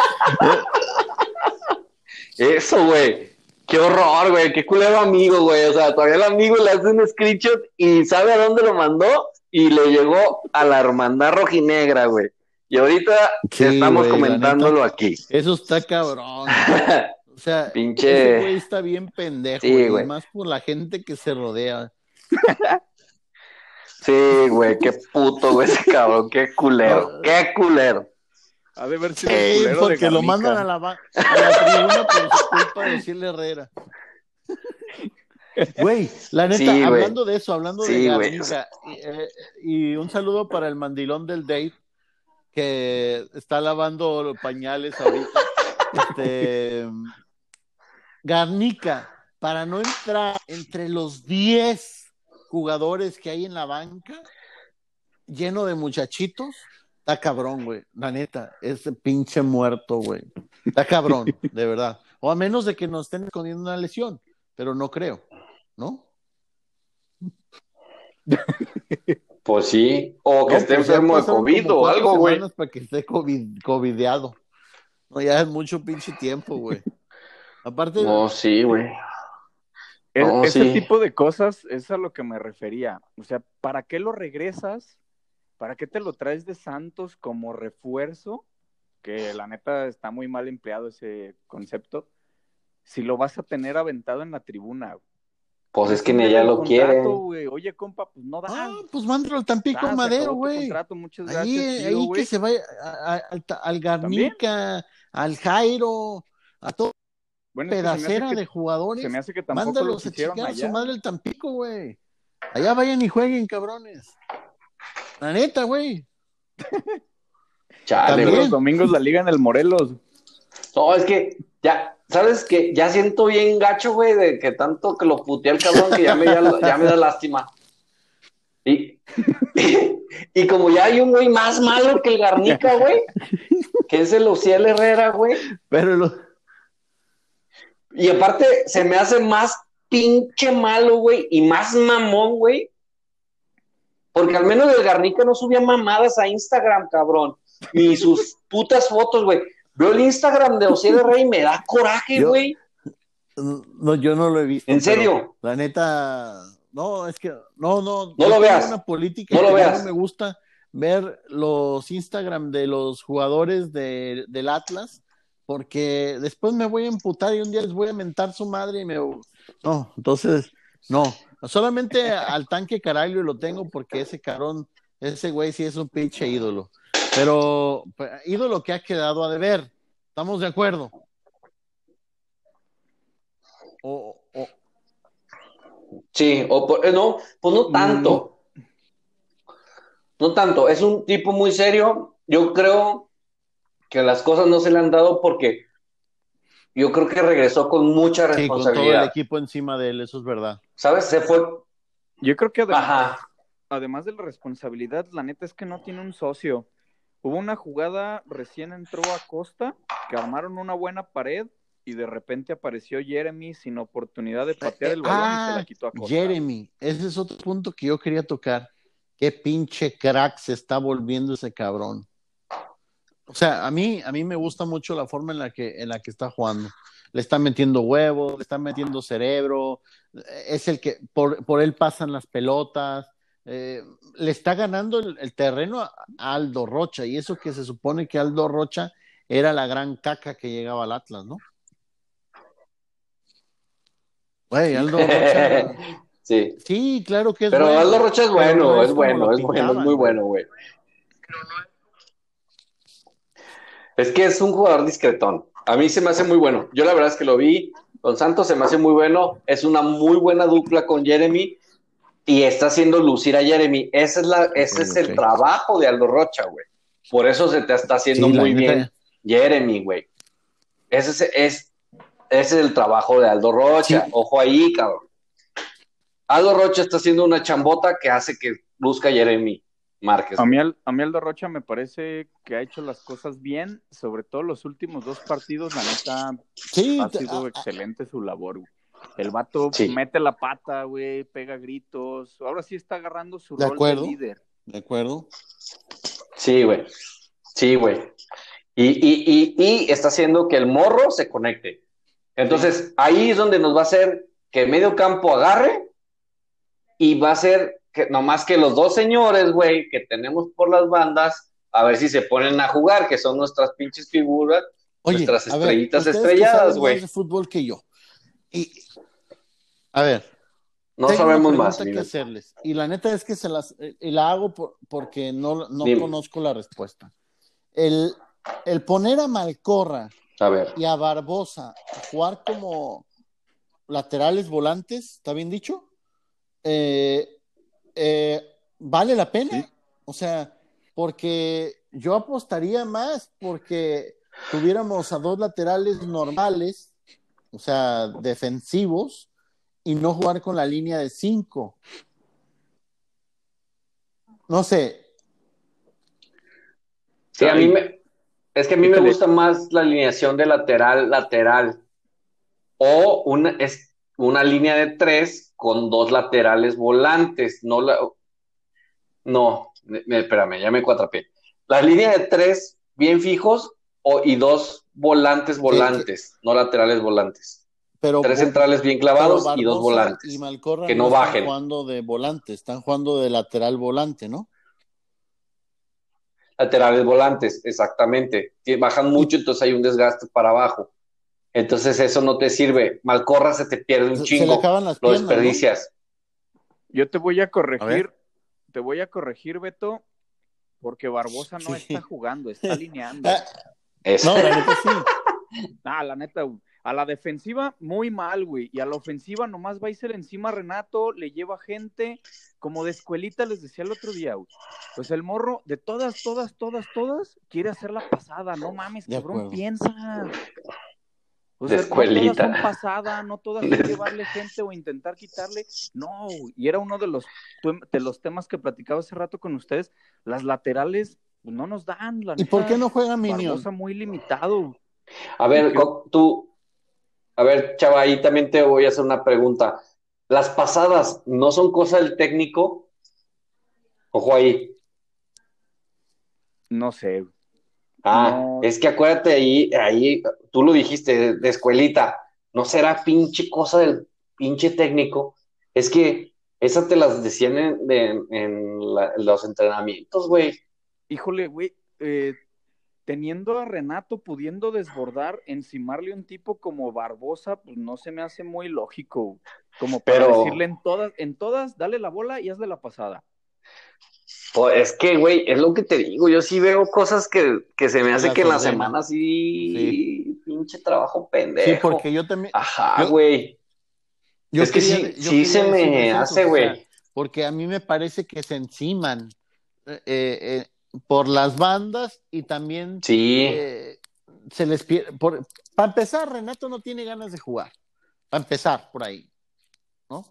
Eso, güey. Qué horror, güey. Qué culero amigo, güey. O sea, todavía el amigo le hace un screenshot y sabe a dónde lo mandó y le llegó a la hermandad rojinegra, güey. Y ahorita sí, estamos comentándolo neta, aquí. Eso está cabrón. O sea, pinche... ese güey está bien pendejo, sí, güey. Más por la gente que se rodea. Sí, güey, qué puto, güey, ese cabrón. Qué culero, qué culero. Ha de haber sido el culero porque de Garnica. Lo mandan a la tribuna por su culpa de Ociel Herrera. Güey, la neta, sí, hablando de eso, hablando sí, de Garnica, y un saludo para el mandilón del Dave, que está lavando los pañales ahorita. Garnica, para no entrar entre los 10 jugadores que hay en la banca, lleno de muchachitos, está cabrón, güey. La neta, ese pinche muerto, güey. Está cabrón, de verdad. O a menos de que nos estén escondiendo una lesión, pero no creo, ¿no? Pues sí, o que esté enfermo de COVID o algo, güey. Para que esté covideado. No, ya es mucho pinche tiempo, güey. Aparte. No, sí, güey. Ese tipo de cosas es a lo que me refería. O sea, ¿para qué lo regresas? ¿Para qué te lo traes de Santos como refuerzo? Que la neta está muy mal empleado ese concepto. Si lo vas a tener aventado en la tribuna. Pues es que ni ella lo quiere. Oye, compa, pues no da. Pues mándalo al Tampico Madero, güey. Muchas gracias. Ahí que se vaya al Garnica, al Jairo, a todo. Bueno, pedacera de jugadores. Se me hace que tampoco mándalos a chingar a su madre el Tampico, güey. Allá vayan y jueguen, cabrones. La neta, güey. Chale, los domingos la liga en el Morelos. No, es que ya, ¿sabes qué? Ya siento bien gacho, güey, de que tanto que lo puteé al cabrón que ya me da lástima. Y como ya hay un güey más malo que el Garnica, güey, que es el Ociel Herrera, güey. Y aparte, se me hace más pinche malo, güey, y más mamón, güey. Porque al menos el Garnica no subía mamadas a Instagram, cabrón. Ni sus putas fotos, güey. Veo el Instagram de Ociel Herrera y me da coraje, güey. No, yo no lo he visto. ¿En serio? La neta, no, es que, no lo veas. Una política no lo veas. No me gusta ver los Instagram de los jugadores del Atlas, porque después me voy a emputar y un día les voy a mentar su madre y no, entonces, no, solamente al Tanque Caraglio lo tengo porque ese güey sí es un pinche ídolo, pero ídolo que ha quedado a deber, ¿estamos de acuerdo? O, Sí, no, pues no tanto. No tanto. Es un tipo muy serio. Yo creo que las cosas no se le han dado porque yo creo que regresó con mucha sí, con todo el responsabilidad. equipo encima de él, eso es verdad. ¿Sabes? Se fue. Yo creo que Ajá. además de la responsabilidad, la neta es que no tiene un socio. Hubo una jugada, recién entró Acosta, que armaron una buena pared y de repente apareció Jeremy sin oportunidad de patear el balón y se la quitó a Acosta. Jeremy, ese es otro punto que yo quería tocar. Qué pinche crack se está volviendo ese cabrón. O sea, a mí me gusta mucho la forma en la que está jugando. Le está metiendo huevos, le está metiendo cerebro, es el que por él pasan las pelotas, le está ganando el terreno a Aldo Rocha, y eso que se supone que Aldo Rocha era la gran caca que llegaba al Atlas, ¿no? Güey, Aldo Rocha, Sí. sí, claro que es Pero Aldo bueno, Rocha es pero no bueno, es es como bueno, lo es bueno, es muy pintaban, güey. bueno, güey. Es que es un jugador discretón. A mí se me hace muy bueno. Yo la verdad es que lo vi con Santos, se me hace muy bueno. Es una muy buena dupla con Jeremy y está haciendo lucir a Jeremy. Ese es el Okay. trabajo de Aldo Rocha, güey. Por eso se te está haciendo Sí, la muy bien neta, Jeremy, güey. Ese es el trabajo de Aldo Rocha. sí, Ojo ahí, cabrón. Aldo Rocha está haciendo una chambota que hace que luzca Jeremy Márquez, güey. A mí Aldo Rocha me parece que ha hecho las cosas bien, sobre todo los últimos 2 partidos, la neta sí, ha sido excelente su labor, güey. El vato Sí. mete la pata, güey, pega gritos, ahora sí está agarrando su de rol de acuerdo, líder. de acuerdo. Sí, güey. Sí, güey. Y está haciendo que el morro se conecte. Entonces, ahí es donde nos va a hacer que medio campo agarre y va a ser que nomás que los dos señores, güey, que tenemos por las bandas, a ver si se ponen a jugar, que son nuestras pinches figuras, Oye, nuestras a ver, estrellitas ustedes que estrelladas, saben más güey. de fútbol que yo, y a ver, No tengo una sabemos más, pregunta mi que Beto. hacerles, y la neta es que y la hago porque no Dime. conozco la respuesta. El, el poner a Malcorra A ver. y a Barbosa a jugar como laterales volantes, ¿está bien dicho? Eh, ¿Vale la pena? Sí. O sea, porque yo apostaría más porque tuviéramos a dos laterales normales, o sea, defensivos, y no jugar con la línea de 5. No sé. Sí, Ay, es que a mí me échale. gusta más la alineación de lateral. O es una línea de tres con dos laterales volantes. No, espérame, ya me cuatrapié. La línea de tres bien fijos y dos Que, volantes, no laterales volantes. pero, Tres centrales bien pero clavados y dos Barbosa y volantes. Malcorra Que no no están bajen. jugando de volante, están jugando de lateral volante, ¿no? Laterales volantes, exactamente. Que bajan mucho, Y entonces hay un desgaste para abajo. Entonces eso no te sirve. Malcorra se te pierde un se le chingo. acaban las Lo piernas, ¿no? desperdicias. Yo A ver. te voy a corregir, Beto, porque Barbosa no está Sí. jugando, está alineando. No, la neta sí. La neta, a la defensiva muy mal, güey, y a la ofensiva nomás va a irse encima Renato, le lleva gente, como de escuelita les decía el otro día, güey. Pues el morro, de todas, quiere hacer la pasada, no mames, De cabrón, acuerdo. piensa. O De sea, no todas son escuelita. pasada, no todas son llevarle gente o intentar quitarle. No, y era uno de los temas que platicaba hace rato con ustedes. Las laterales pues, no nos dan, la ¿Y por qué neta. no juega Minion? Barbosa muy limitado. A Y ver, que a ver, chava, ahí también te voy a hacer una pregunta. Las pasadas no son cosa del técnico. Ojo ahí. no sé, no, Es que acuérdate ahí, tú lo dijiste, de escuelita. No será pinche cosa del pinche técnico. Es que esas te las decían en los entrenamientos, güey. híjole, güey, teniendo a Renato pudiendo desbordar, encimarle un tipo como Barbosa, pues no se me hace muy lógico, como para decirle Pero en todas, dale la bola y hazle la pasada. pues, es que, güey, es lo que te digo. Yo sí veo cosas que se me Que hace las que en la ordena. semana Sí. sí, pinche trabajo Sí, porque pendejo. yo también, Ajá, yo, güey. Es que sí se me hace, güey. Porque a mí me parece que se enciman por las bandas y también Sí. se les pierde. Para empezar, Renato no tiene ganas de jugar. Para empezar, por ahí, ¿no?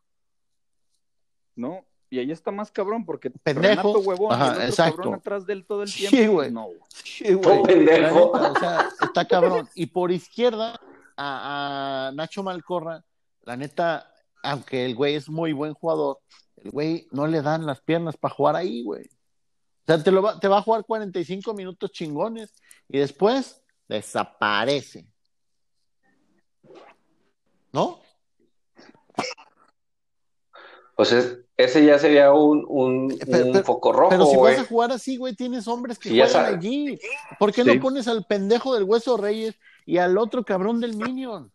No, y ahí está más cabrón porque Pendejo. Renato huevón Ajá, y el otro exacto. cabrón atrás de él todo el tiempo. Sí, güey. No. Sí, güey. Pendejo. La neta, o sea, está cabrón. Y por izquierda, a Nacho Malcorra, la neta, aunque el güey es muy buen jugador, el güey no le dan las piernas para jugar ahí, güey. O sea, te va a jugar 45 minutos chingones y después desaparece. ¿No? Pues ese ya sería un foco rojo, pero si güey. vas a jugar así, güey, tienes hombres que Sí, juegan allí. ¿Por qué no Sí. pones al pendejo del Hueso Reyes y al otro cabrón del Minion?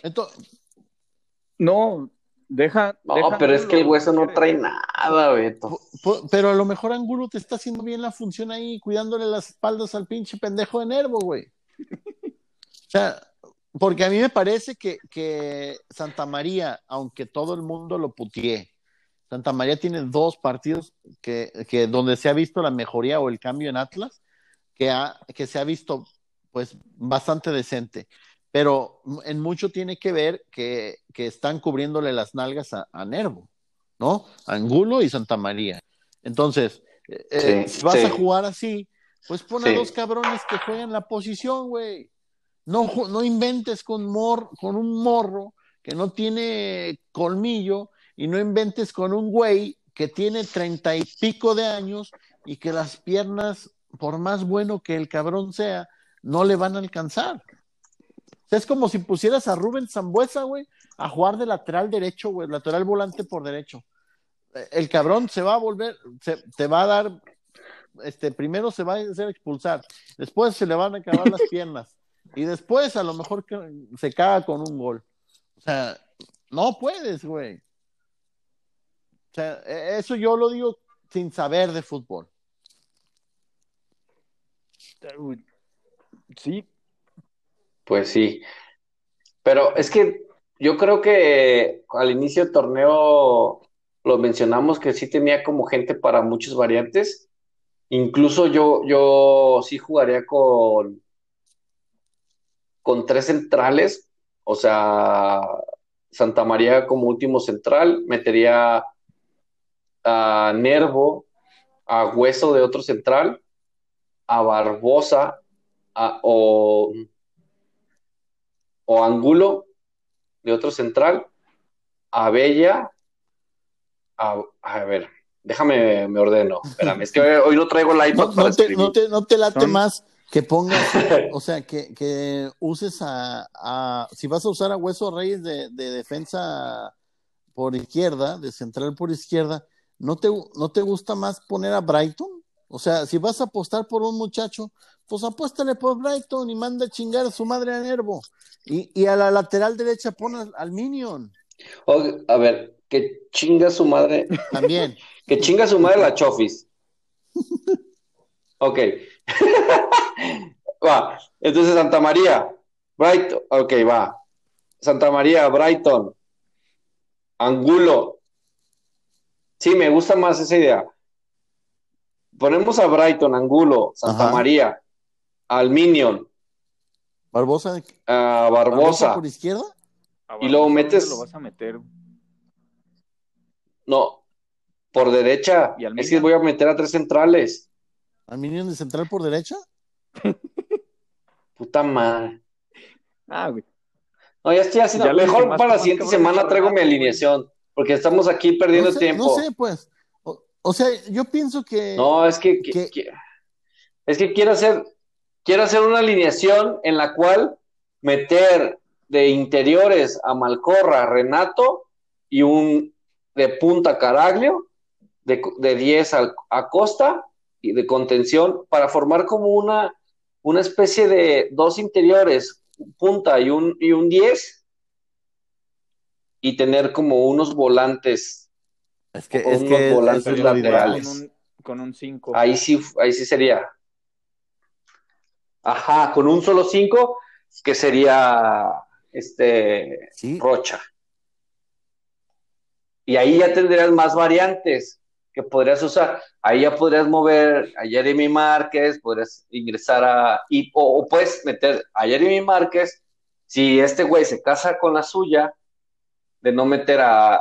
No, deja pero es que el Angulo, Hueso si no quieres. trae nada, Beto. Pero a lo mejor Angulo te está haciendo bien la función ahí, cuidándole las espaldas al pinche pendejo de Nervo, güey. O sea, porque a mí me parece que Santa María, aunque todo el mundo lo putié, Santa María tiene 2 partidos que donde se ha visto la mejoría o el cambio en Atlas, que se ha visto pues bastante decente, pero en mucho tiene que ver que están cubriéndole las nalgas a Nervo, ¿no? Angulo y Santa María. Entonces, si vas a jugar así, pues pon a 2 cabrones que jueguen la posición, güey. No inventes con un morro que no tiene colmillo y no inventes con un güey que tiene 30 y pico de años y que las piernas, por más bueno que el cabrón sea, no le van a alcanzar. O sea, es como si pusieras a Rubén Sambuesa, güey, a jugar de lateral derecho, güey, lateral volante por derecho. El cabrón se va a volver, te va a dar, primero se va a hacer expulsar, después se le van a acabar las piernas y después a lo mejor se caga con un gol. O sea, no puedes, güey. O sea, eso yo lo digo sin saber de fútbol. Sí. Pues sí. Pero es que yo creo que al inicio del torneo lo mencionamos que sí tenía como gente para muchas variantes. Incluso yo sí jugaría con 3 centrales. O sea, Santa María como último central, metería a Nervo, a Hueso de otro central, a Barbosa o Angulo de otro central, a Bella, a ver, déjame, me ordeno, espérame, es que hoy no traigo el iPad para escribir. No te late más que pongas, o sea, que uses si vas a usar a Hueso Reyes de defensa por izquierda, de central por izquierda, ¿no te gusta más poner a Brighton? O sea, si vas a apostar por un muchacho, pues apuéstale por Brighton y manda a chingar a su madre a Nervo. Y a la lateral derecha pon al Minion. A ver, que chinga su madre. También. Que chinga su madre la Chofis. Ok. Va. Entonces Santa María, Brighton. Ok, va. Santa María, Brighton, Angulo. Sí, me gusta más esa idea. Ponemos a Brighton, Angulo, Santa María, al Minion, Barbosa Barbosa por izquierda. Y luego metes. Lo vas a meter. No, por derecha. Es que voy a meter a 3 centrales. ¿Al Minion de central por derecha? Puta madre. Güey. No, ya estoy haciendo. Mejor para la siguiente semana traigo mi alineación. Porque estamos aquí perdiendo tiempo. No sé, pues. O sea, yo pienso que. No, es que quiero hacer una alineación en la cual meter de interiores a Malcorra, Renato y un de punta Caraglio, de 10 a Costa y de contención para formar como una especie de 2 interiores, punta y un 10 y tener como unos volantes. Unos volantes laterales. Con un 5. Ahí sí sería. Ajá, con un solo 5, que sería sí. Rocha. y ahí ya tendrías más variantes que podrías usar. Ahí ya podrías mover a Jeremy Márquez, podrías ingresar o puedes meter a Jeremy Márquez, si este güey se casa con la suya, de no meter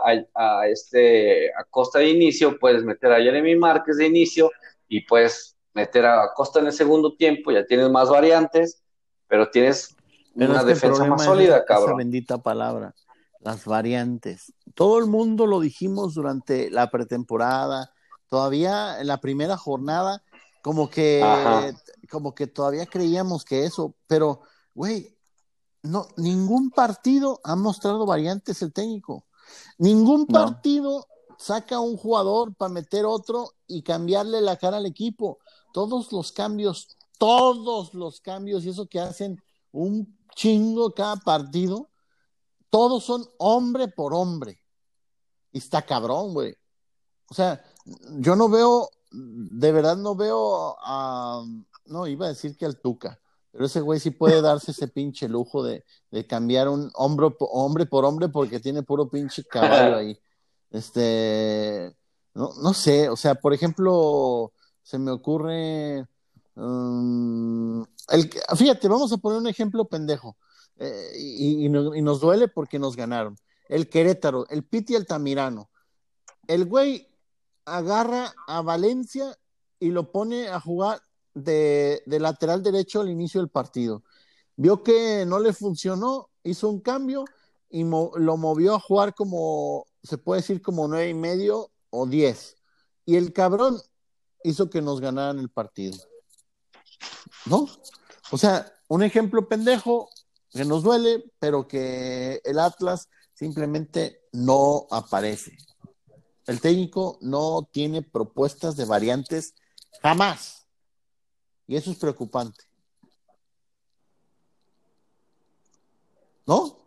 a Costa de inicio, puedes meter a Jeremy Márquez de inicio y puedes meter a Costa en el segundo tiempo, ya tienes más variantes, pero tienes Pero una es que el defensa más problema es sólida, esa cabrón. bendita palabra, las variantes. Todo el mundo lo dijimos durante la pretemporada, todavía en la primera jornada, como Ajá. que, como que todavía creíamos que eso, pero, güey, no, ningún partido ha mostrado variantes el técnico. Ningún No. partido saca un jugador para meter otro y cambiarle la cara al equipo. Todos los cambios, y eso que hacen un chingo cada partido, todos son hombre por hombre. Y está cabrón, güey. O sea, yo no veo, de verdad no veo a, no, iba a decir que al Tuca, pero ese güey sí puede darse ese pinche lujo de cambiar un hombre por hombre porque tiene puro pinche caballo ahí. No sé, o sea, por ejemplo, se me ocurre, fíjate, vamos a poner un ejemplo pendejo, y nos duele porque nos ganaron. El Querétaro, el Piti Altamirano. El güey agarra a Valencia y lo pone a jugar de lateral derecho al inicio del partido. Vio que no le funcionó, hizo un cambio y lo movió a jugar como, se puede decir, como 9 y medio o 10. Y el cabrón hizo que nos ganaran el partido. ¿No? O sea, un ejemplo pendejo que nos duele, pero que el Atlas simplemente no aparece. El técnico no tiene propuestas de variantes jamás. Y eso es preocupante. ¿No?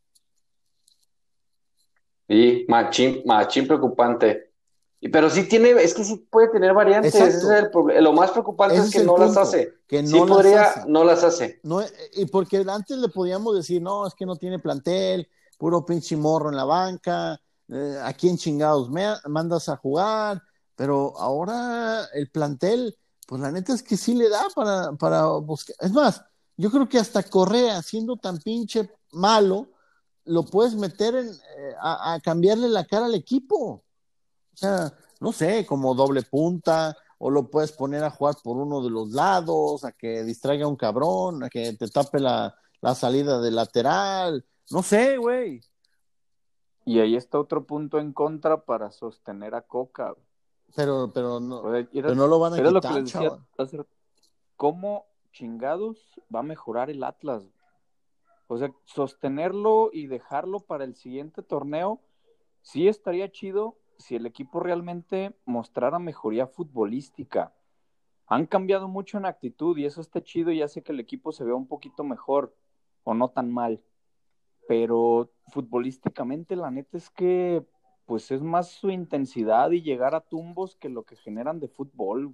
Y machín preocupante. Pero sí tiene, es que sí puede tener variantes, ese es Exacto. el problema. Lo más preocupante Ese es es que el no las punto, hace. que Sí no las podría, hace. no las hace. No, y porque antes le podíamos decir, no, es que no tiene plantel, puro pinche morro en la banca, ¿a quién chingados mandas a jugar? Pero ahora el plantel, pues la neta es que sí le da para buscar. Es más, yo creo que hasta Correa, siendo tan pinche malo, lo puedes meter a cambiarle la cara al equipo. O sea, no sé, como doble punta, o lo puedes poner a jugar por uno de los lados, a que distraiga a un cabrón, a que te tape la salida de lateral. No sé, güey. Y ahí está otro punto en contra para sostener a Coca. No, O sea, pero no lo van a era lo que quitar, les decía chaval. hace rato. ¿Cómo chingados va a mejorar el Atlas? O sea, sostenerlo y dejarlo para el siguiente torneo, sí estaría chido si el equipo realmente mostrara mejoría futbolística. Han cambiado mucho en actitud y eso está chido y hace que el equipo se vea un poquito mejor o no tan mal. Pero futbolísticamente la neta es que pues es más su intensidad y llegar a tumbos que lo que generan de fútbol.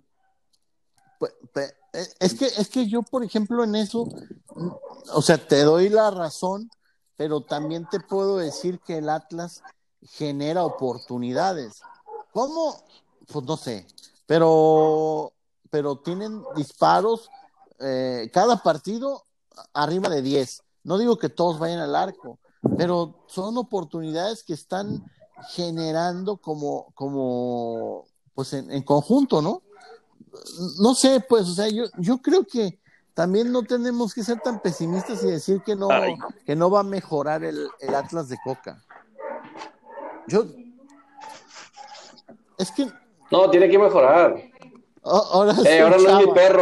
Es que yo, por ejemplo, en eso, o sea, te doy la razón, pero también te puedo decir que el Atlas genera oportunidades. ¿Cómo? Pues no sé, pero tienen disparos cada partido arriba de 10. No digo que todos vayan al arco, pero son oportunidades que están generando como pues en conjunto, ¿no? No sé, pues, o sea, yo creo que también no tenemos que ser tan pesimistas y decir Ay, que no va a mejorar el Atlas de Coca. Yo, es que No, tiene que mejorar. ahora es el Ahora no es mi Chava. perro,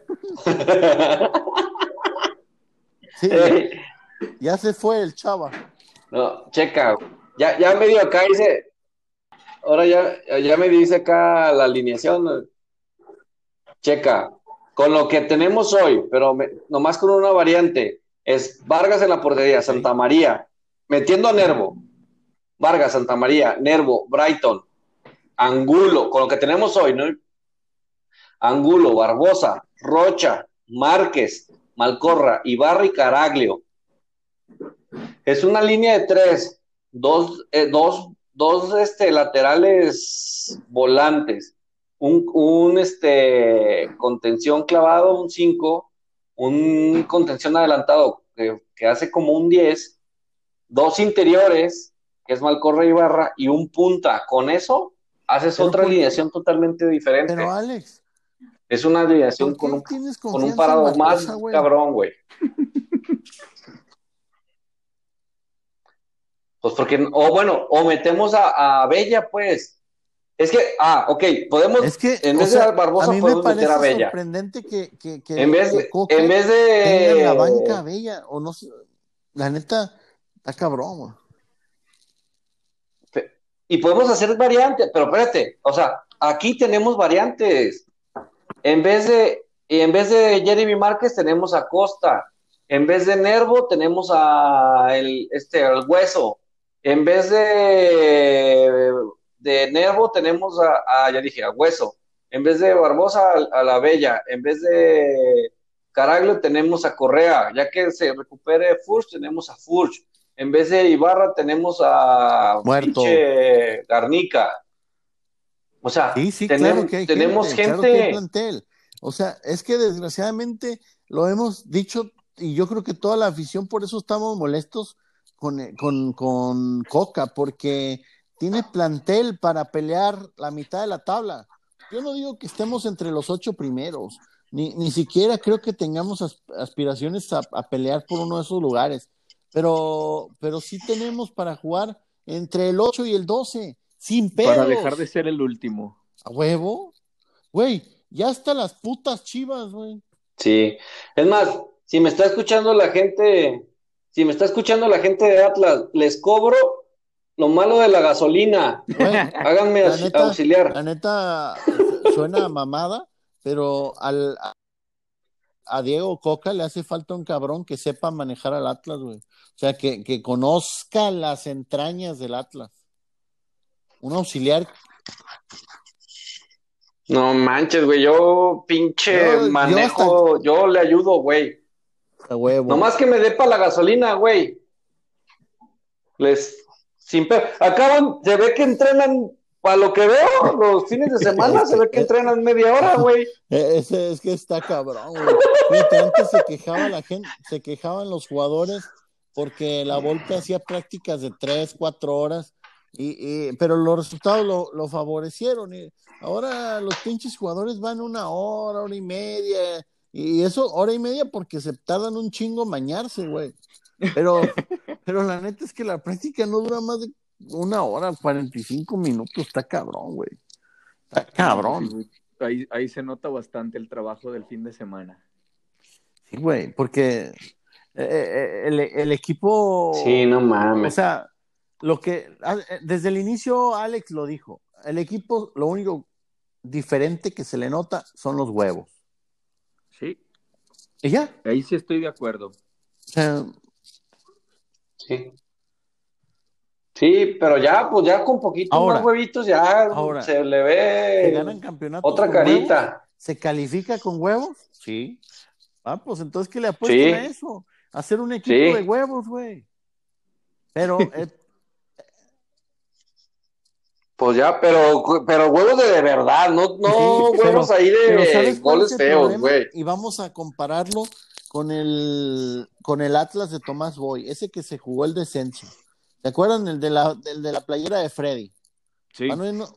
Sí, Ey, ya se fue el Chava. no, checa. Ya me dio acá, dice. Ahora ya me dice acá la alineación. Checa. Con lo que tenemos hoy, pero nomás con una variante. Es Vargas en la portería, Ok. Santa María, metiendo a Nervo. Vargas, Santa María, Nervo, Brighton, Angulo, con lo que tenemos hoy, ¿no? Angulo, Barbosa, Rocha, Márquez, Malcorra, Ibarra y Caraglio. Es una línea de tres, dos laterales volantes, contención clavado, un 5, un contención adelantado que hace como un 10, dos interiores, que es Malcorra y Ibarra, y un punta. Con eso haces Pero otra por qué, alineación totalmente pero diferente. Alex, Es una alineación ¿por con qué un, tienes con un confianza en parado más Barbosa, güey? cabrón, güey. Pues porque, o metemos a Bella, pues. Es que, ok, Es podemos, que, en o vez de sea, a Barbosa, mí me podemos meter a parece Bella. sorprendente En vez que de, en Coca vez tenga en la banca a de, Bella, o no sé, la neta, está cabrón, güey. y podemos hacer variantes, pero espérate, o sea, aquí tenemos variantes. En vez de Jeremy Márquez tenemos a Costa. En vez de Nervo tenemos al Hueso. En vez de Nervo tenemos ya dije, a Hueso. En vez de Barbosa a la Bella. En vez de Caraglio tenemos a Correa. Ya que se recupere Furch, tenemos a Furch. En vez de Ibarra tenemos a Muerto. pinche Garnica. O sea, Sí, sí, tenemos claro que hay gente. plantel. O sea, es que desgraciadamente lo hemos dicho y yo creo que toda la afición por eso estamos molestos con Coca, porque tiene plantel para pelear la mitad de la tabla. Yo no digo que estemos entre los 8 primeros, ni siquiera creo que tengamos aspiraciones a pelear por uno de esos lugares, pero sí tenemos para jugar entre el 8 y el 12 sin Para dejar de pedos. ser el último. ¿A huevo? Güey, ya hasta las putas Chivas, güey. Sí, es más, si me está escuchando la gente, si me está escuchando la gente de Atlas, les cobro lo malo de la gasolina. Güey, Háganme la auxiliar. neta, suena a mamada, pero a Diego Coca le hace falta un cabrón que sepa manejar al Atlas, güey. O sea, que conozca las entrañas del Atlas. Un auxiliar. No manches, güey, yo pinche Yo hasta manejo, yo le ayudo, güey. a huevo. Nomás que me dé para la gasolina, güey. Les, se ve que entrenan, para lo que veo, los fines de semana, Es se que, ve que entrenan media hora, güey. ese es que está cabrón, güey. Fíjate, antes se quejaba la gente, se quejaban los jugadores porque la Volpe hacía prácticas de 3, 4 horas, pero los resultados lo favorecieron. Y ahora los pinches jugadores van 1 hora, 1 hora y media, y eso, 1 hora y media porque se tardan un chingo en bañarse, güey. Pero, pero la neta es que la práctica no dura más de 1 hora, 45 minutos, está cabrón, güey. Está No, sí, cabrón. güey. Ahí se nota bastante el trabajo del fin de semana. Sí, güey, porque el Sí, equipo, no o mames. sea, desde el inicio Alex lo dijo, el equipo lo único diferente que se le nota son los huevos. Sí, Y ya, ahí sí estoy de acuerdo. o sea, Sí. Sí, pero ya, pues ya con poquitos más ahora, huevitos ya ahora, se le ¿se ve ganan campeonatos otra con huevos? carita. ¿Se califica con huevos? Sí. Ah, pues entonces que le apuesten a Sí, eso, a hacer un equipo de sí. huevos, güey. Pero Pues ya, pero huevos de verdad, no, sí, no huevos ahí pero de ¿sabes cuál es goles el feos, problema? güey. Y vamos a compararlo con el Atlas de Tomás Boy, ese que se jugó el descenso. ¿Se acuerdan el de la playera de Freddy? Sí, Para no irnos,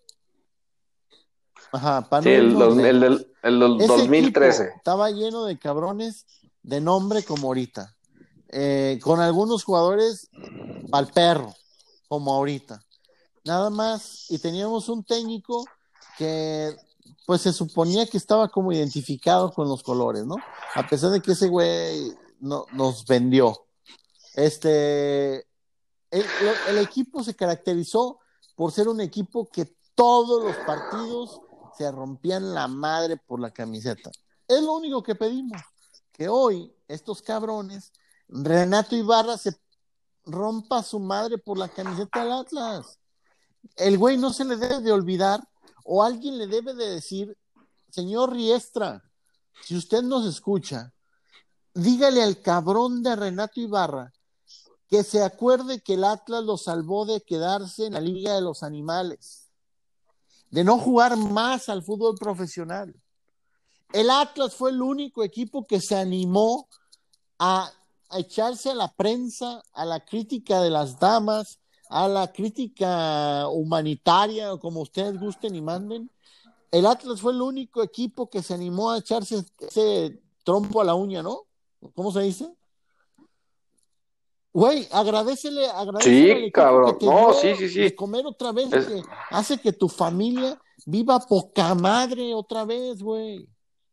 ajá, para Sí, no irnos lejos. el del Ese equipo 2013. estaba lleno de cabrones de nombre como ahorita. Con algunos jugadores al perro, como ahorita. Nada más, y teníamos un técnico que pues se suponía que estaba como identificado con los colores, ¿no? A pesar de que ese güey no, nos vendió. Este, el equipo se caracterizó por ser un equipo que todos los partidos se rompían la madre por la camiseta. Es lo único que pedimos, que hoy estos cabrones, Renato Ibarra se rompa su madre por la camiseta del Atlas. El güey no se le debe de olvidar o alguien le debe de decir, señor Riestra, si usted nos escucha, dígale al cabrón de Renato Ibarra que se acuerde que el Atlas lo salvó de quedarse en la Liga de los Animales, de no jugar más al fútbol profesional. El Atlas fue el único equipo que se animó a echarse a la prensa, a la crítica de las damas, a la crítica humanitaria, o como ustedes gusten y manden. El Atlas fue el único equipo que se animó a echarse ese trompo a la uña, ¿no? ¿Cómo se dice? Güey, agradecele al Sí, equipo que cabrón. te No, dio sí, sí, de sí. comer otra vez, Es, que hace que tu familia viva poca madre otra vez, güey.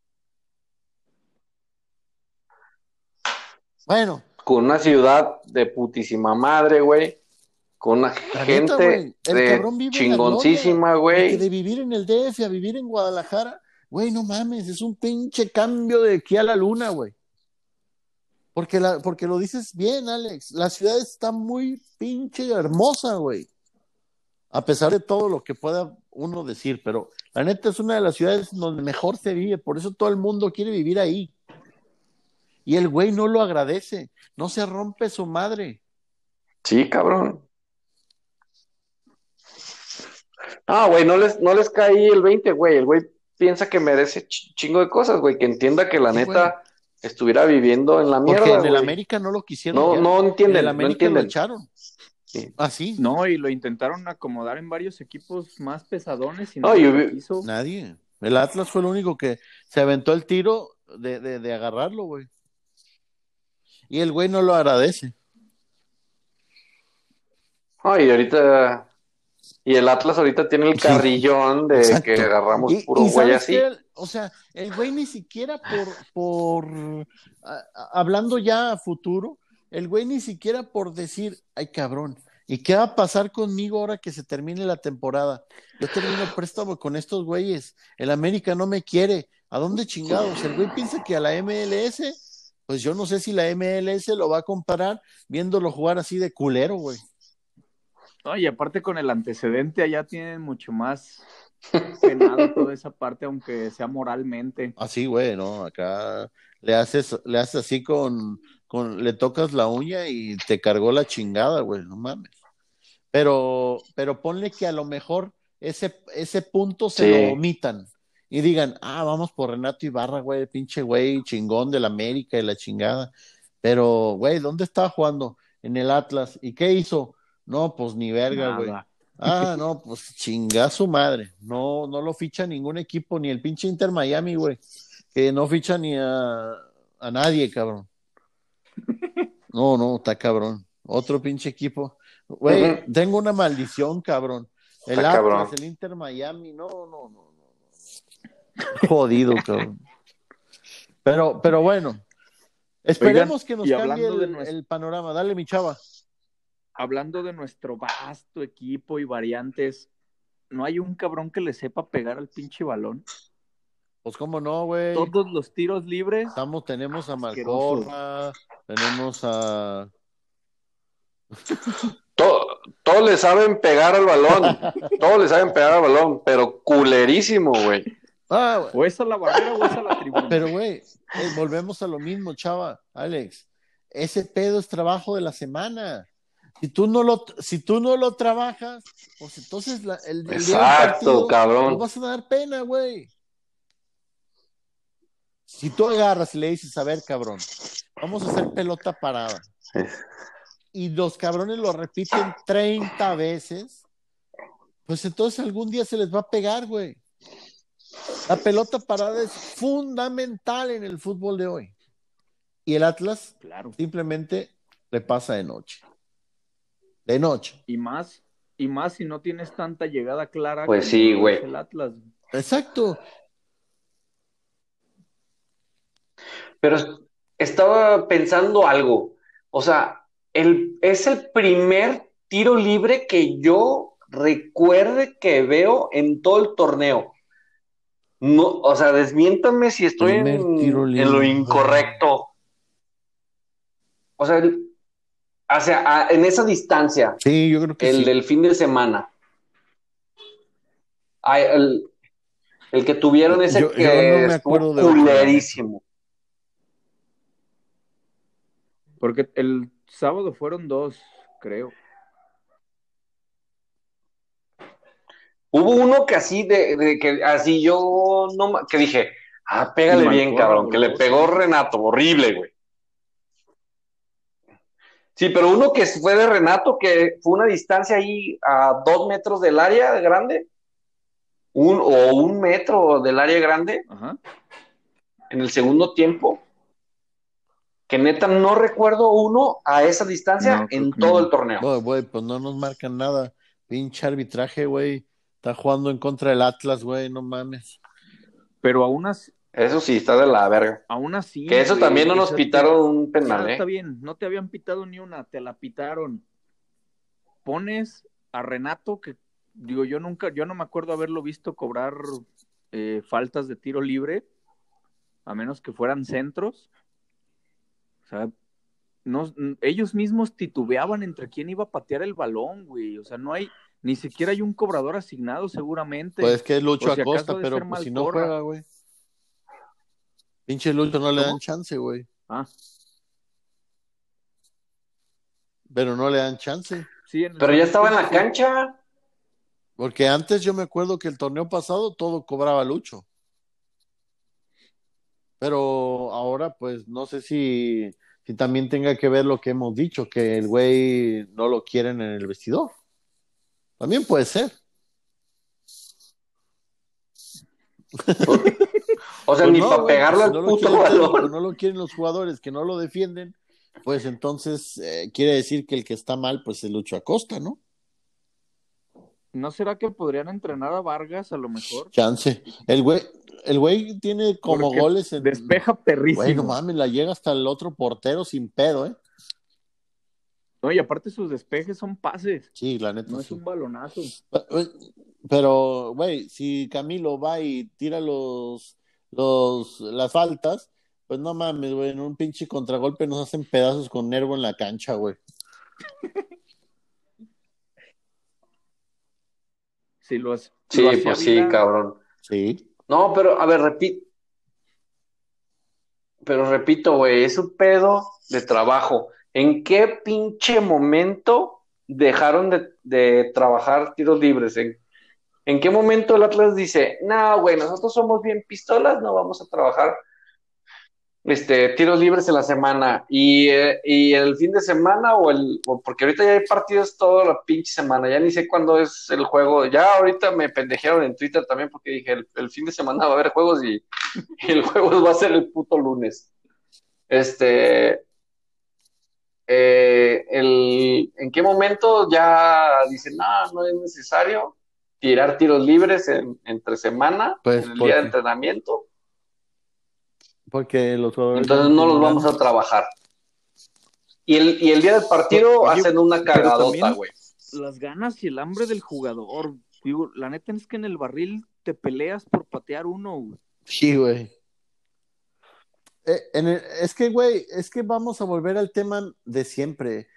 Bueno, con una ciudad de putísima madre, güey. Con una la neta, gente güey, el cabrón vive en la gloria, chingoncísima, porque de güey. vivir en el DF a vivir en Guadalajara, güey, no mames, es un pinche cambio de aquí a la luna, güey. Porque lo dices bien, Alex, la ciudad está muy pinche hermosa, güey. A pesar de todo lo que pueda uno decir, pero la neta es una de las ciudades donde mejor se vive, por eso todo el mundo quiere vivir ahí. Y el güey no lo agradece, no se rompe su madre. Sí, cabrón. Ah, güey, no les caí el 20, güey. El güey piensa que merece chingo de cosas, güey. Que entienda que la Sí, güey. neta estuviera viviendo en la Porque mierda, en el güey. América no lo quisieron No, ya. no En el entienden, no América lo entienden. echaron. Sí. Así. No, y lo intentaron acomodar en varios equipos más pesadones y No, nadie lo quiso. Nadie. El Atlas fue el único que se aventó el tiro de agarrarlo, güey. Y el güey no lo agradece. y ahorita, y el Atlas ahorita tiene el Sí, carrillón de que exacto. agarramos puro Y güey ¿sabes así. qué? O sea, el güey ni siquiera hablando ya a futuro, el güey ni siquiera por decir, ay cabrón, ¿y qué va a pasar conmigo ahora que se termine la temporada? Yo termino préstamo con estos güeyes, el América no me quiere, ¿a dónde chingados? El güey piensa que a la MLS, pues yo no sé si la MLS lo va a comparar viéndolo jugar así de culero, güey. No, y aparte con el antecedente allá tienen mucho más penado toda esa parte, aunque sea moralmente. Así, güey, ¿no? Acá le haces así le tocas la uña y te cargó la chingada, güey, no mames. Pero ponle que a lo mejor ese punto se lo Sí. omitan y digan, vamos por Renato Ibarra, güey, pinche güey, chingón del América y la chingada. Pero, güey, ¿dónde estaba jugando? En el Atlas. ¿Y qué hizo? No, pues ni verga, güey. Nada. No, pues chinga su madre. No, no lo ficha ningún equipo, ni el pinche Inter Miami, güey. Que no ficha ni a nadie, cabrón. No, no, está cabrón. Otro pinche equipo. Güey, Ujú. tengo una maldición, cabrón. El Está Atlas, cabrón. el Inter Miami, no, no, no, no. Jodido, cabrón. Pero bueno, Oigan, esperemos que nos y cambie hablando de el panorama. Dale, mi chava. hablando de nuestro vasto equipo y variantes, ¿no hay un cabrón que le sepa pegar al pinche balón? Pues cómo no, güey. Todos los tiros libres, Tenemos a asquerosos. Malcorra, tenemos a... Todos le saben pegar al balón. Todos le saben pegar al balón, pero culerísimo, güey. O es a la barrera o es a la tribuna. Pero, güey, volvemos a lo mismo, chava, Alex. Ese pedo es trabajo de la semana. Si tú no lo trabajas, pues entonces el día del Exacto, partido, cabrón. pues vas a dar pena, güey. Si tú agarras y le dices, a ver, cabrón, vamos a hacer pelota parada. Sí. Y los cabrones lo repiten 30 veces, pues entonces algún día se les va a pegar, güey. La pelota parada es fundamental en el fútbol de hoy. Y el Atlas simplemente le pasa de noche. De noche. Y más si no tienes tanta llegada clara Pues como sí, lo güey. es el Atlas. Exacto. Pero estaba pensando algo. O sea, es el primer tiro libre que yo recuerde que veo en todo el torneo. No, o sea, desmiéntame si estoy Primer tiro en lo libre. incorrecto. O sea, en esa distancia, Sí, yo creo que el sí. del fin de semana. El que tuvieron ese Yo no que me estuvo acuerdo de otro, la neta. culerísimo. Porque el sábado fueron 2, creo. Hubo uno que así, de que así yo, no, que dije, Y pégale bien, Malcorra cabrón, que le voló pegó también. Renato, horrible, güey. Sí, pero uno que fue de Renato, que fue una distancia ahí a 2 metros del área grande, o 1 metro del área grande, Ajá. en el segundo tiempo, que neta no recuerdo uno a esa distancia No, creo en que todo el no. torneo. Güey, pues no nos marcan nada. Pinche arbitraje, güey. Está jugando en contra del Atlas, güey, no mames. Pero Eso sí, está de la verga. aún Que así, eso también güey, no o nos sea, pitaron un penal, está ¿eh? bien, no te habían pitado ni una, te la pitaron. Pones a Renato, que digo, yo no me acuerdo haberlo visto cobrar faltas de tiro libre, a menos que fueran centros. O sea, no, ellos mismos titubeaban entre quién iba a patear el balón, güey. O sea, ni siquiera hay un cobrador asignado Pues seguramente. es que es O Lucho si acaso ha Acosta, de ser pero pues si no Malcorra. juega, güey. Pinche Lucho no le dan ¿Cómo? chance, güey. Ah, Pero no le dan chance. sí, en el Pero ya segundo estaba en tiempo la sí. cancha. Porque antes yo me acuerdo que el torneo pasado todo cobraba Lucho. Pero ahora, pues no sé si también tenga que ver lo que hemos dicho, que el güey no lo quieren en el vestidor. También puede ser. O sea, Pues ni no, para güey, pues pegarle si al no lo puto quiere el técnico, balón. no lo quieren los jugadores que no lo defienden, pues entonces quiere decir que el que está mal, pues es Lucho Acosta, ¿no? ¿No será que podrían entrenar a Vargas a lo mejor? Chance. El güey tiene como Porque goles en, despeja güey, no perrísimo. mames, la llega hasta el otro portero sin pedo, ¿eh? No, y aparte sus despejes son pases, Sí, la neta no es sí. un balonazo. Pero, güey, si Camilo va y tira las faltas, pues no mames, güey, en un pinche contragolpe nos hacen pedazos con Nervo en la cancha, güey. Si lo Sí, hacía pues sí, Vila, cabrón. Sí. No, pero a ver, repito, güey, es un pedo de trabajo. ¿En qué pinche momento dejaron de trabajar tiros libres? ¿En qué momento el Atlas dice, no, güey, nosotros somos bien pistolas, no vamos a trabajar tiros libres en la semana y el fin de semana porque ahorita ya hay partidos toda la pinche semana, ya ni sé cuándo es el juego, ya ahorita me pendejearon en Twitter también porque dije el fin de semana va a haber juegos y el juego va a ser el puto lunes. Este, ¿En qué momento ya dicen, no, no es necesario tirar tiros libres entre semana, Pues en el día de porque, entrenamiento? porque los jugadores ya Entonces no no los tienen vamos a ganas. trabajar. Y el día del partido oye, hacen una pero cagadota, también güey. las ganas y el hambre del jugador. Digo, la neta es que en el barril te peleas por patear uno, güey. Sí, güey. Es que, güey, es que vamos a volver al tema de siempre.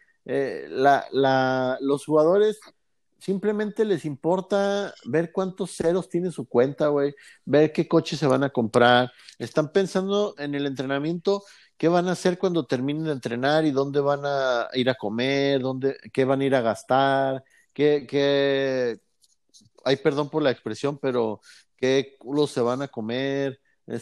Los jugadores simplemente les importa ver cuántos ceros tiene su cuenta, güey, ver qué coche se van a comprar. Están pensando en el entrenamiento, qué van a hacer cuando terminen de entrenar y dónde van a ir a comer, qué van a ir a gastar, ay, perdón por la expresión, pero qué culos se van a comer,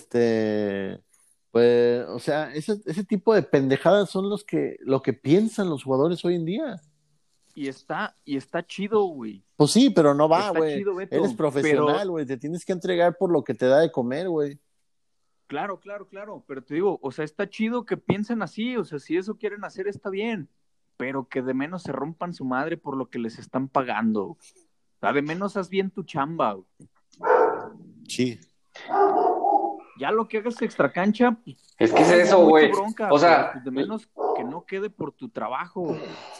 pues, o sea, ese tipo de pendejadas son lo que piensan los jugadores hoy en día. Y está chido, güey. Pues sí, pero no va, Está güey. chido, Eres Beto. Pero, profesional, güey. Te tienes que entregar por lo que te da de comer, güey. claro, claro, claro. Pero te digo, o sea, está chido que piensen así. O sea, si eso quieren hacer, está bien. Pero que de menos se rompan su madre por lo que les están pagando. O sea, de menos haz bien tu chamba, güey. Sí. Ya lo que hagas extra cancha, pues, Es que es es eso, muy tu güey. bronca, O pero sea, pues de menos que no quede por tu trabajo.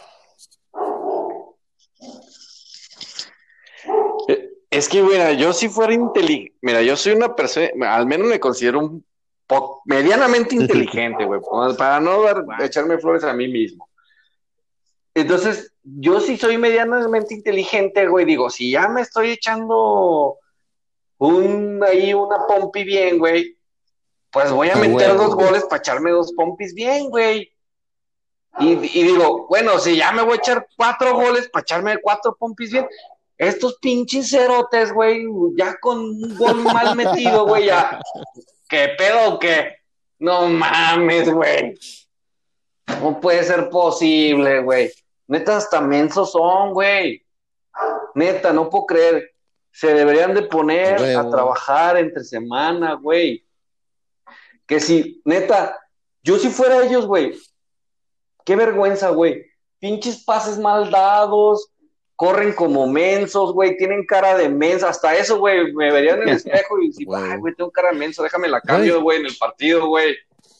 es que, mira, yo si fuera inteligente, mira, yo soy una persona, al menos me considero medianamente inteligente, güey, para no Guau. echarme flores a mí mismo. Entonces, yo sí soy medianamente inteligente, güey, digo, si ya me estoy echando ahí una pompi bien, güey, pues voy a A meter dos huevo, güey. goles para echarme dos pompis bien, güey. Y digo, bueno, si ya me voy a echar 4 goles para echarme 4 pompis bien, estos pinches cerotes, güey, ya con un gol mal metido, güey, ya, ¿qué pedo o qué? No mames, güey. No puede ser posible, güey. Neta, hasta mensos son, güey. Neta, no puedo creer. Se deberían de A poner a huevo. trabajar entre semana, güey. Que si, neta, yo si fuera ellos, güey, qué vergüenza, güey. Pinches pases mal dados, corren como mensos, güey, tienen cara de mensa. Hasta eso, güey, me vería en el espejo y decir, ay, Huevo. güey, tengo cara de menso, déjame la cambio, Güey, güey, en el partido, güey.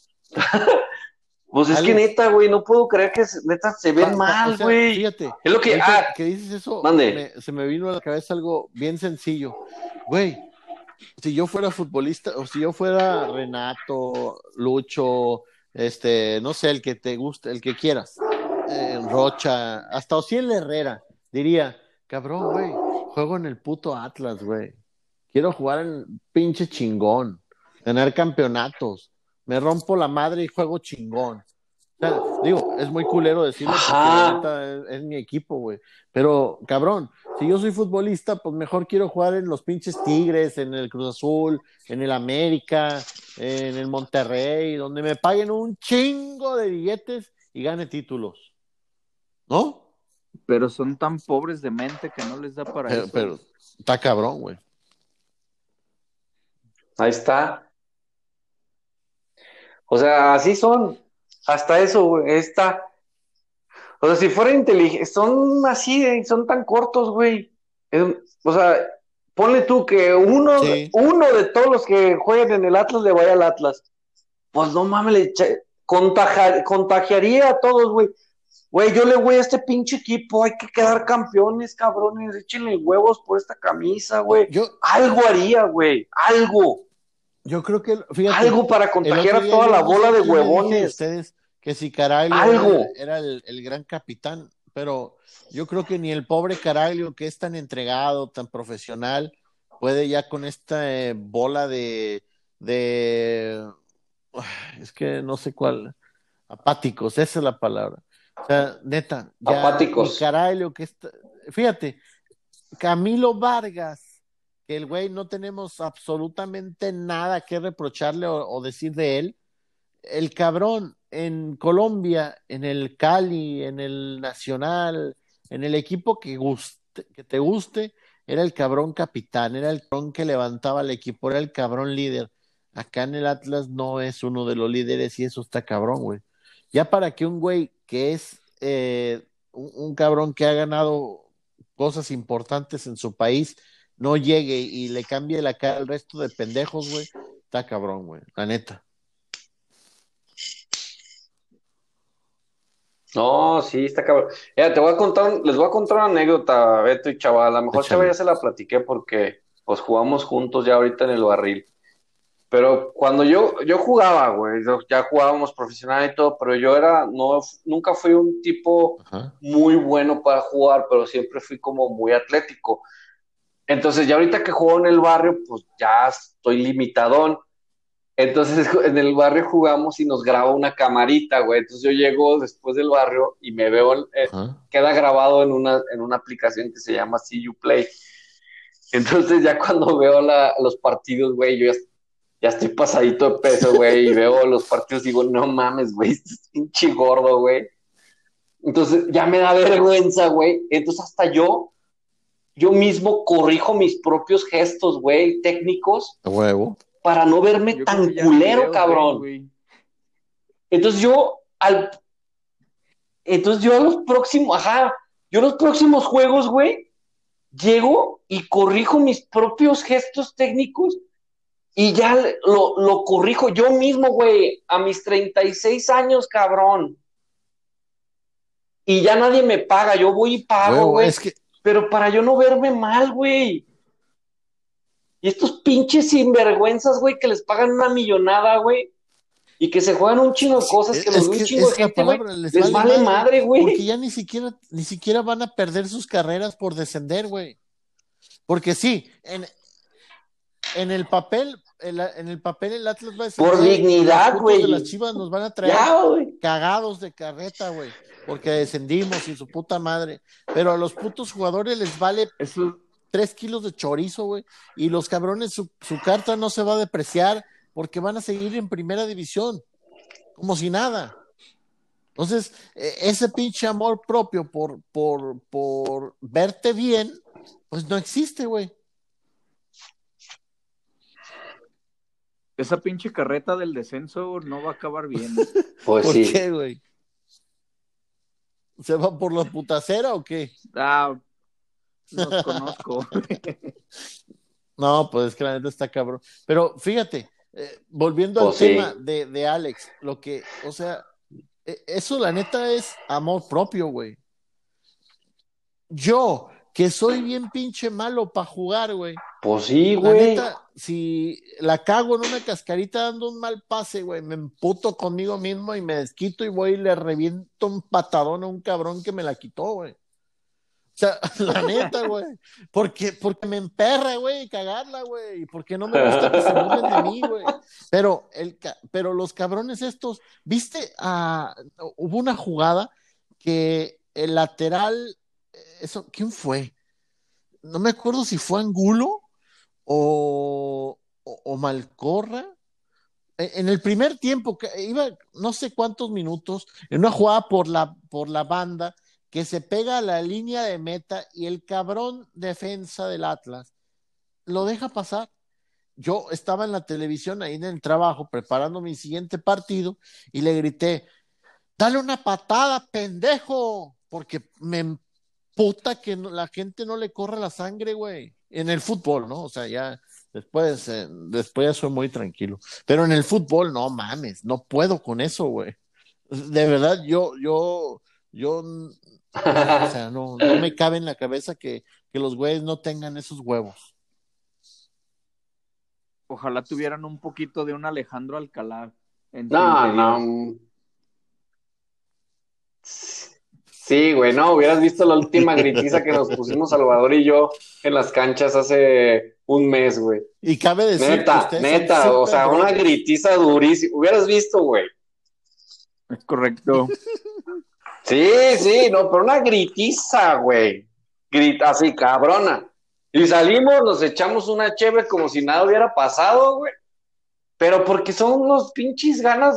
Pues es que Alex, neta, güey, no puedo creer que neta se ven o mal, sea, güey. fíjate, Es lo que, ahorita que dices eso, mande. se me vino a la cabeza algo bien sencillo. Güey, si yo fuera futbolista, o si yo fuera Renato, Lucho, no sé, el que te guste, el que quieras, Rocha, hasta Ociel Herrera, diría, cabrón, güey, juego en el puto Atlas, güey. Quiero jugar en pinche chingón, ganar campeonatos, me rompo la madre y juego chingón. O sea, digo, es muy culero decirlo porque la Ajá. neta es mi equipo, güey. Pero, cabrón, si yo soy futbolista, pues mejor quiero jugar en los pinches Tigres, en el Cruz Azul, en el América, en el Monterrey, donde me paguen un chingo de billetes y gane títulos, ¿no? Pero son tan pobres de mente que no les da para eso. Pero está cabrón, güey. Ahí está. O sea, así son. Hasta eso, güey. Está. O sea, si fuera inteligente, son así, son tan cortos, güey. O sea, ponle tú que Sí. uno de todos los que jueguen en el Atlas le vaya al Atlas. Pues no mames, contagiaría a todos, güey. Güey, yo le voy a este pinche equipo, hay que quedar campeones, cabrones, échenle huevos por esta camisa, güey. Yo, Algo haría, güey, yo creo que, fíjate, algo para el contagiar otro a día toda yo la no bola sé a de quién le dije de huevones, ustedes que si Caraglio algo. era el gran capitán, pero yo creo que ni el pobre Caraglio, que es tan entregado, tan profesional, puede ya con esta bola de, es que no sé cuál, apáticos, esa es la palabra. O sea, neta, ya ni Apáticos. Caraglio, fíjate, Camilo Vargas, que el güey no tenemos absolutamente nada que reprocharle o decir de él. El cabrón en Colombia, en el Cali, en el Nacional, en el equipo que te guste, era el cabrón capitán, era el cabrón que levantaba el equipo, era el cabrón líder. Acá en el Atlas no es uno de los líderes y eso está cabrón, güey. Ya para que un güey que es un cabrón que ha ganado cosas importantes en su país no llegue y le cambie la cara al resto de pendejos, güey, está cabrón, güey, la neta. No, sí, está cabrón. Ya, les voy a contar una anécdota, Beto y Chaval. A lo mejor Chaval ya Échale. se la platiqué porque pues jugamos juntos ya ahorita en el barril. Pero cuando yo jugaba, güey, ya jugábamos profesional y todo, pero yo nunca fui un tipo Ajá. muy bueno para jugar, pero siempre fui como muy atlético. Entonces, ya ahorita que juego en el barrio, pues ya estoy limitadón. Entonces, en el barrio jugamos y nos graba una camarita, güey. Entonces, yo llego después del barrio y me veo, Ajá. queda grabado en una aplicación que se llama See You Play. Entonces, ya cuando veo los partidos, güey, ya estoy pasadito de peso, güey, y veo los partidos y digo, no mames, güey, este es pinche gordo, güey. Entonces, ya me da vergüenza, güey. Entonces, hasta yo mismo corrijo mis propios gestos, güey, técnicos, A huevo. para no verme Yo creo que tan ya ni culero, videos ven, cabrón. güey. Entonces entonces yo a los próximos, ajá, yo a los próximos juegos, güey, llego y corrijo mis propios gestos técnicos y ya lo corrijo yo mismo, güey, a mis 36 años, cabrón. Y ya nadie me paga, yo voy y A pago, huevo. güey, pero para yo no verme mal, güey. Y estos pinches sinvergüenzas, güey, que les pagan una millonada, güey, y que se juegan un chingo de Sí, cosas, que los es ve un que chingo de es la gente, güey, palabra, les les vale vale madre, madre, porque güey. ya ni siquiera van a perder sus carreras por descender, güey. Porque sí, en el papel en el papel el Atlas va a Por descender, dignidad, los putos güey. de las Chivas nos van a traer Ya, güey. cagados de carreta, güey, porque descendimos y su puta madre. Pero a los putos jugadores les vale Eso, 3 kilos de chorizo, güey, y los cabrones, su carta no se va a depreciar porque van a seguir en primera división, como si nada. Entonces, ese pinche amor propio por verte bien, pues no existe, güey. esa pinche carreta del descenso no va a acabar bien. Pues ¿Por sí. qué, güey? ¿Se va por la putacera o qué? Los conozco. No, pues es que la neta está cabrón. Pero fíjate, volviendo al Pues sí. tema de Alex, lo que, o sea, eso la neta es amor propio, güey. Yo, que soy bien pinche malo para jugar, güey. Pues sí, La güey. neta, si la cago en una cascarita dando un mal pase, güey, me emputo conmigo mismo y me desquito y voy y le reviento un patadón a un cabrón que me la quitó, güey. O sea, la neta, güey. Porque me emperra, güey, cagarla, güey. Y porque no me gusta que se burlen de mí, güey. Pero los cabrones estos, ¿viste? Hubo una jugada que el lateral, ¿quién fue? No me acuerdo si fue Angulo o Malcorra. En el primer tiempo, que iba no sé cuántos minutos, en una jugada por la banda, que se pega a la línea de meta y el cabrón defensa del Atlas lo deja pasar. Yo estaba en la televisión ahí en el trabajo preparando mi siguiente partido y le grité, dale una patada, pendejo, porque me puta que la gente no le corre la sangre, güey. En el fútbol, ¿no? O sea, ya después ya soy muy tranquilo. Pero en el fútbol, no mames, no puedo con eso, güey. De verdad, no, o sea, no me cabe en la cabeza que los güeyes no tengan esos huevos. Ojalá tuvieran un poquito de un Alejandro Alcalá en su No, interior. no. Sí, güey, no, hubieras visto la última gritiza que nos pusimos Salvador y yo en las canchas hace un mes, güey. Y cabe decir que Neta, ustedes son neta, o super sea, una brothers. gritiza durísima. Hubieras visto, güey. Es correcto. Sí, sí, no, pero una gritiza, güey. Grita así, cabrona. Y salimos, nos echamos una cheve como si nada hubiera pasado, güey. Pero porque son unos pinches ganas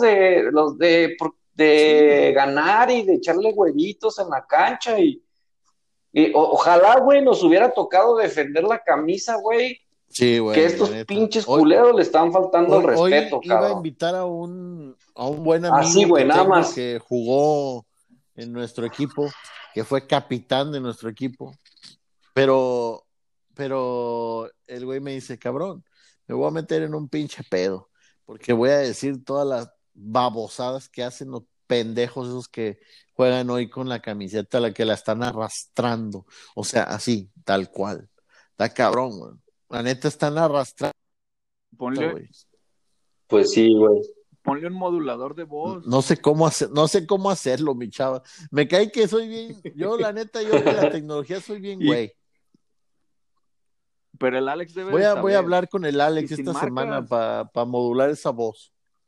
de Sí, ganar y de echarle huevitos en la cancha ojalá, güey, nos hubiera tocado defender la camisa, güey, sí, que güey, la estos neta. pinches culeros le están faltando el Hoy respeto, iba a cabrón. invitar a un buen Así, amigo güey, que nada tengo más. que jugó en nuestro equipo, que fue capitán de nuestro equipo, pero, pero el güey me dice, cabrón, me voy a meter en un pinche pedo, porque voy a decir todas las babosadas que hacen los pendejos esos que juegan hoy con la camiseta, la que la están arrastrando, o sea, así, tal cual. Está cabrón, güey. La neta están arrastrando, Ponle, güey. Pues sí, güey. ponle un modulador de voz. No sé cómo hacerlo, mi chava. Me cae que soy bien, yo la neta, yo de la tecnología soy bien, Y, güey. pero el Alex debe de Voy a saber. hablar con el Y Alex sin esta semana marcas, para modular esa voz.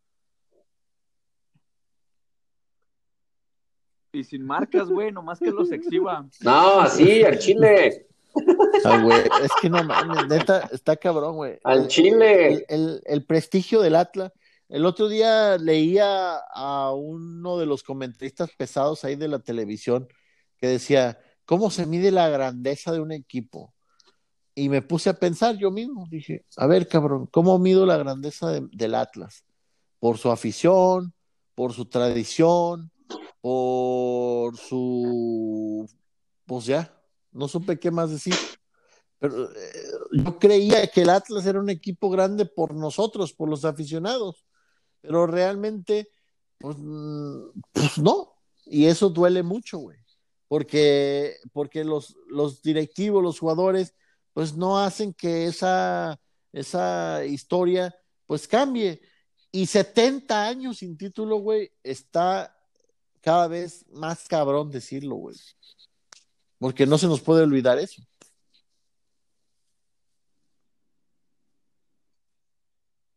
güey, nomás que los exhiba. No, así, al chile. Ah, güey, es que no mames, neta, está cabrón, güey. Al chile. El prestigio del Atlas. El otro día leía a uno de los comentaristas pesados ahí de la televisión que decía, ¿cómo se mide la grandeza de un equipo? Y me puse a pensar yo mismo, dije, a ver, cabrón, ¿cómo mido la grandeza del Atlas? Por su afición, por su tradición, por su... Pues ya, no supe qué más decir. Pero yo creía que el Atlas era un equipo grande por nosotros, por los aficionados, pero realmente, pues, pues no. Y eso duele mucho, güey, porque los directivos, los jugadores, pues no hacen que esa historia, pues cambie. Y 70 años sin título, güey, está cada vez más cabrón decirlo, güey, porque no se nos puede olvidar eso.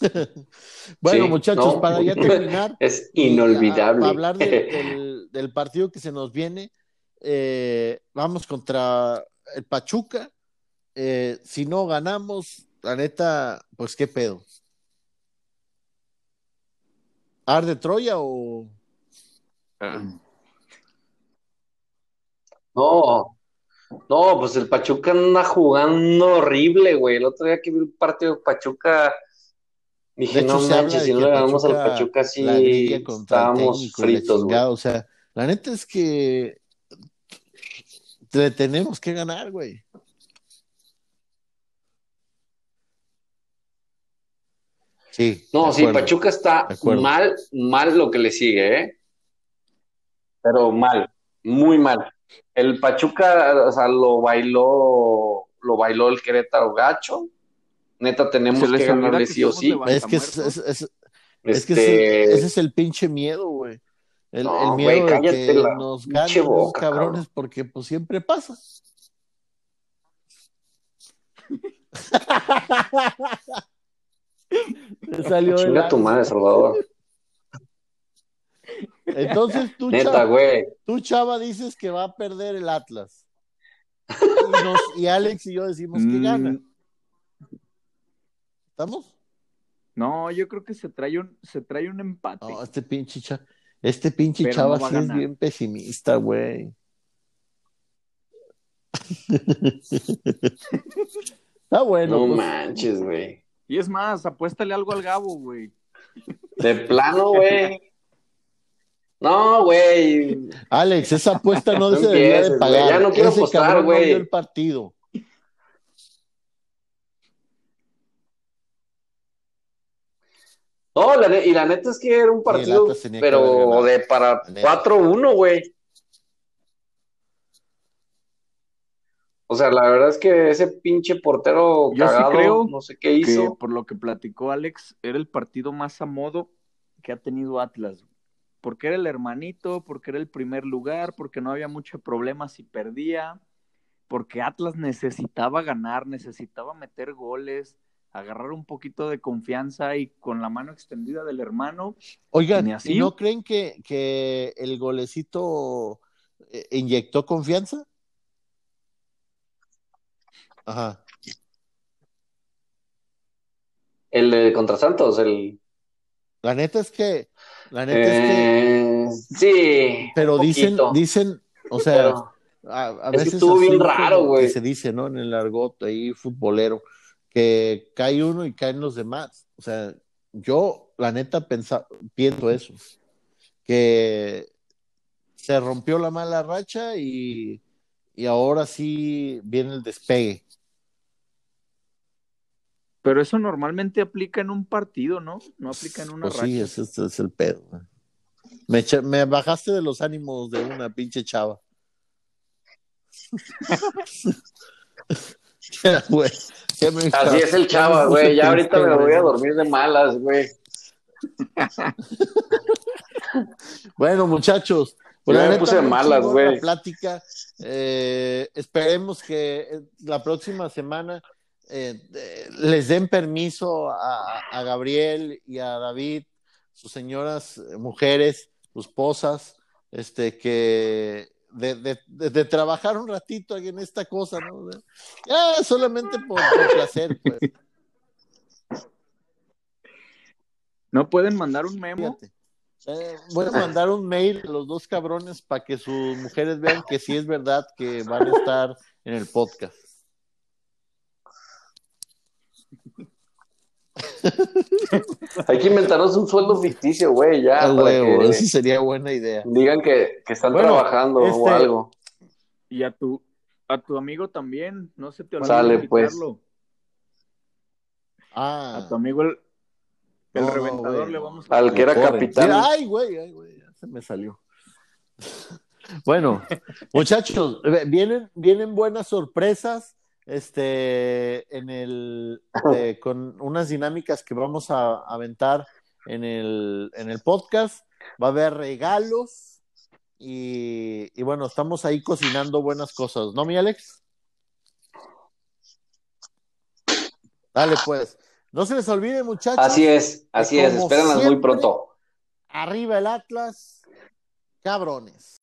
Bueno, Sí, muchachos, no, para ya terminar es y para inolvidable. hablar del partido que se nos viene, vamos contra el Pachuca. Si no ganamos, la neta, pues qué pedo. ¿Arde Troya o...? Ah, No, no, pues el Pachuca anda jugando horrible, güey. El otro día que vi el partido de Pachuca, De dije, hecho, no se habla manches, de si no que le el ganamos al Pachuca Pachuca, la grilla sí contra el estábamos técnico y la fritos, güey. chingada. O sea, la neta es que le tenemos que ganar, güey. Sí, de No, sí, acuerdo, Pachuca de está acuerdo. mal, mal lo que le sigue, ¿eh? Pero mal, muy mal. El Pachuca, o sea, lo bailó el Querétaro gacho. Neta, se tenemos que les olvida ganarle que sí o somos sí. Es que levantamuertos. ese Este, es el pinche miedo, güey. El no, güey, miedo de cállate que la nos pinche ganen esos boca, cabrón. cabrones porque pues siempre pasa. Me salió del Chinga tu alma. madre, Salvador. Entonces Neta, güey. tú, Chava, dices que va a perder el Atlas. Y Alex y yo decimos que Mm, gana. ¿Estamos? no, yo creo que se trae un No, empate, este pinche pero Chava no va a sí es ganar. bien pesimista, güey. Está bueno, No pues. manches, güey. Y es más, apuéstale algo al Gabo, güey. De plano, güey. No, güey. Alex, esa apuesta no No se debía de empieces, güey. Ya pagar. no quiero Ese apostar, cabrón no vio el güey. partido. No, y la neta es que era un Sí, el partido, Atlas tenía que haber pero ganado. de para La neta. 4-1, güey. O sea, la verdad es que ese pinche portero Yo sí cagado, creo no sé qué que hizo. por lo que platicó Alex, era el partido más a modo que ha tenido Atlas. Porque era el hermanito, porque era el primer lugar, porque no había mucho problema si perdía, porque Atlas necesitaba ganar, necesitaba meter goles, agarrar un poquito de confianza y con la mano extendida del hermano, Oigan, ni ¿y así. no creen que el golecito inyectó confianza? Ajá. El de contra Santos, el. La neta es que, la neta es que, Sí, un pero poquito. o sea, Pero a es que veces estuvo bien así raro, como que güey. se dice, ¿no? En el argot ahí futbolero, que cae uno y caen los demás. O sea, yo, la neta, pienso eso, que se rompió la mala racha y ahora sí viene el despegue. Pero eso normalmente aplica en un partido, ¿no? No aplica en una Pues sí, racha. ese es el pedo. Me bajaste de los ánimos de una pinche chava. Ya, güey, Así es el ya me chava, puse güey. Ya ahorita triste, me güey. voy a No. dormir de malas, güey. Bueno, muchachos, pues Ya la me neta, puse de muy malas, chingón la güey. plática. Esperemos que la próxima semana les den permiso a Gabriel y a David, sus señoras mujeres, sus esposas, que de trabajar un ratito aquí en esta cosa, ¿no? Ya solamente por placer, pues, ¿No pueden mandar un memo? fíjate. Voy a mandar un mail a los dos cabrones para que sus mujeres vean que sí es verdad que van a estar en el podcast. Hay que inventarnos un sueldo ficticio, güey, A ya, para huevo, que esa sería buena idea. digan que están Bueno, trabajando o algo. Y a tu amigo también, no se te olvide Sale, pues. invitarlo. A tu Ah, amigo el no, reventador güey, le no, vamos a Al que lo era pagar. corren. Sí, capitán. ay, güey, ya se me salió. Bueno, muchachos, vienen buenas sorpresas, con unas dinámicas que vamos a aventar en el podcast. Va a haber regalos y bueno, estamos ahí cocinando buenas cosas, ¿no, mi Alex? Dale, pues. No se les olvide, muchachos. Así es, Como espérenlas muy siempre, pronto. arriba Espérenlas muy siempre, pronto. arriba el Atlas, cabrones.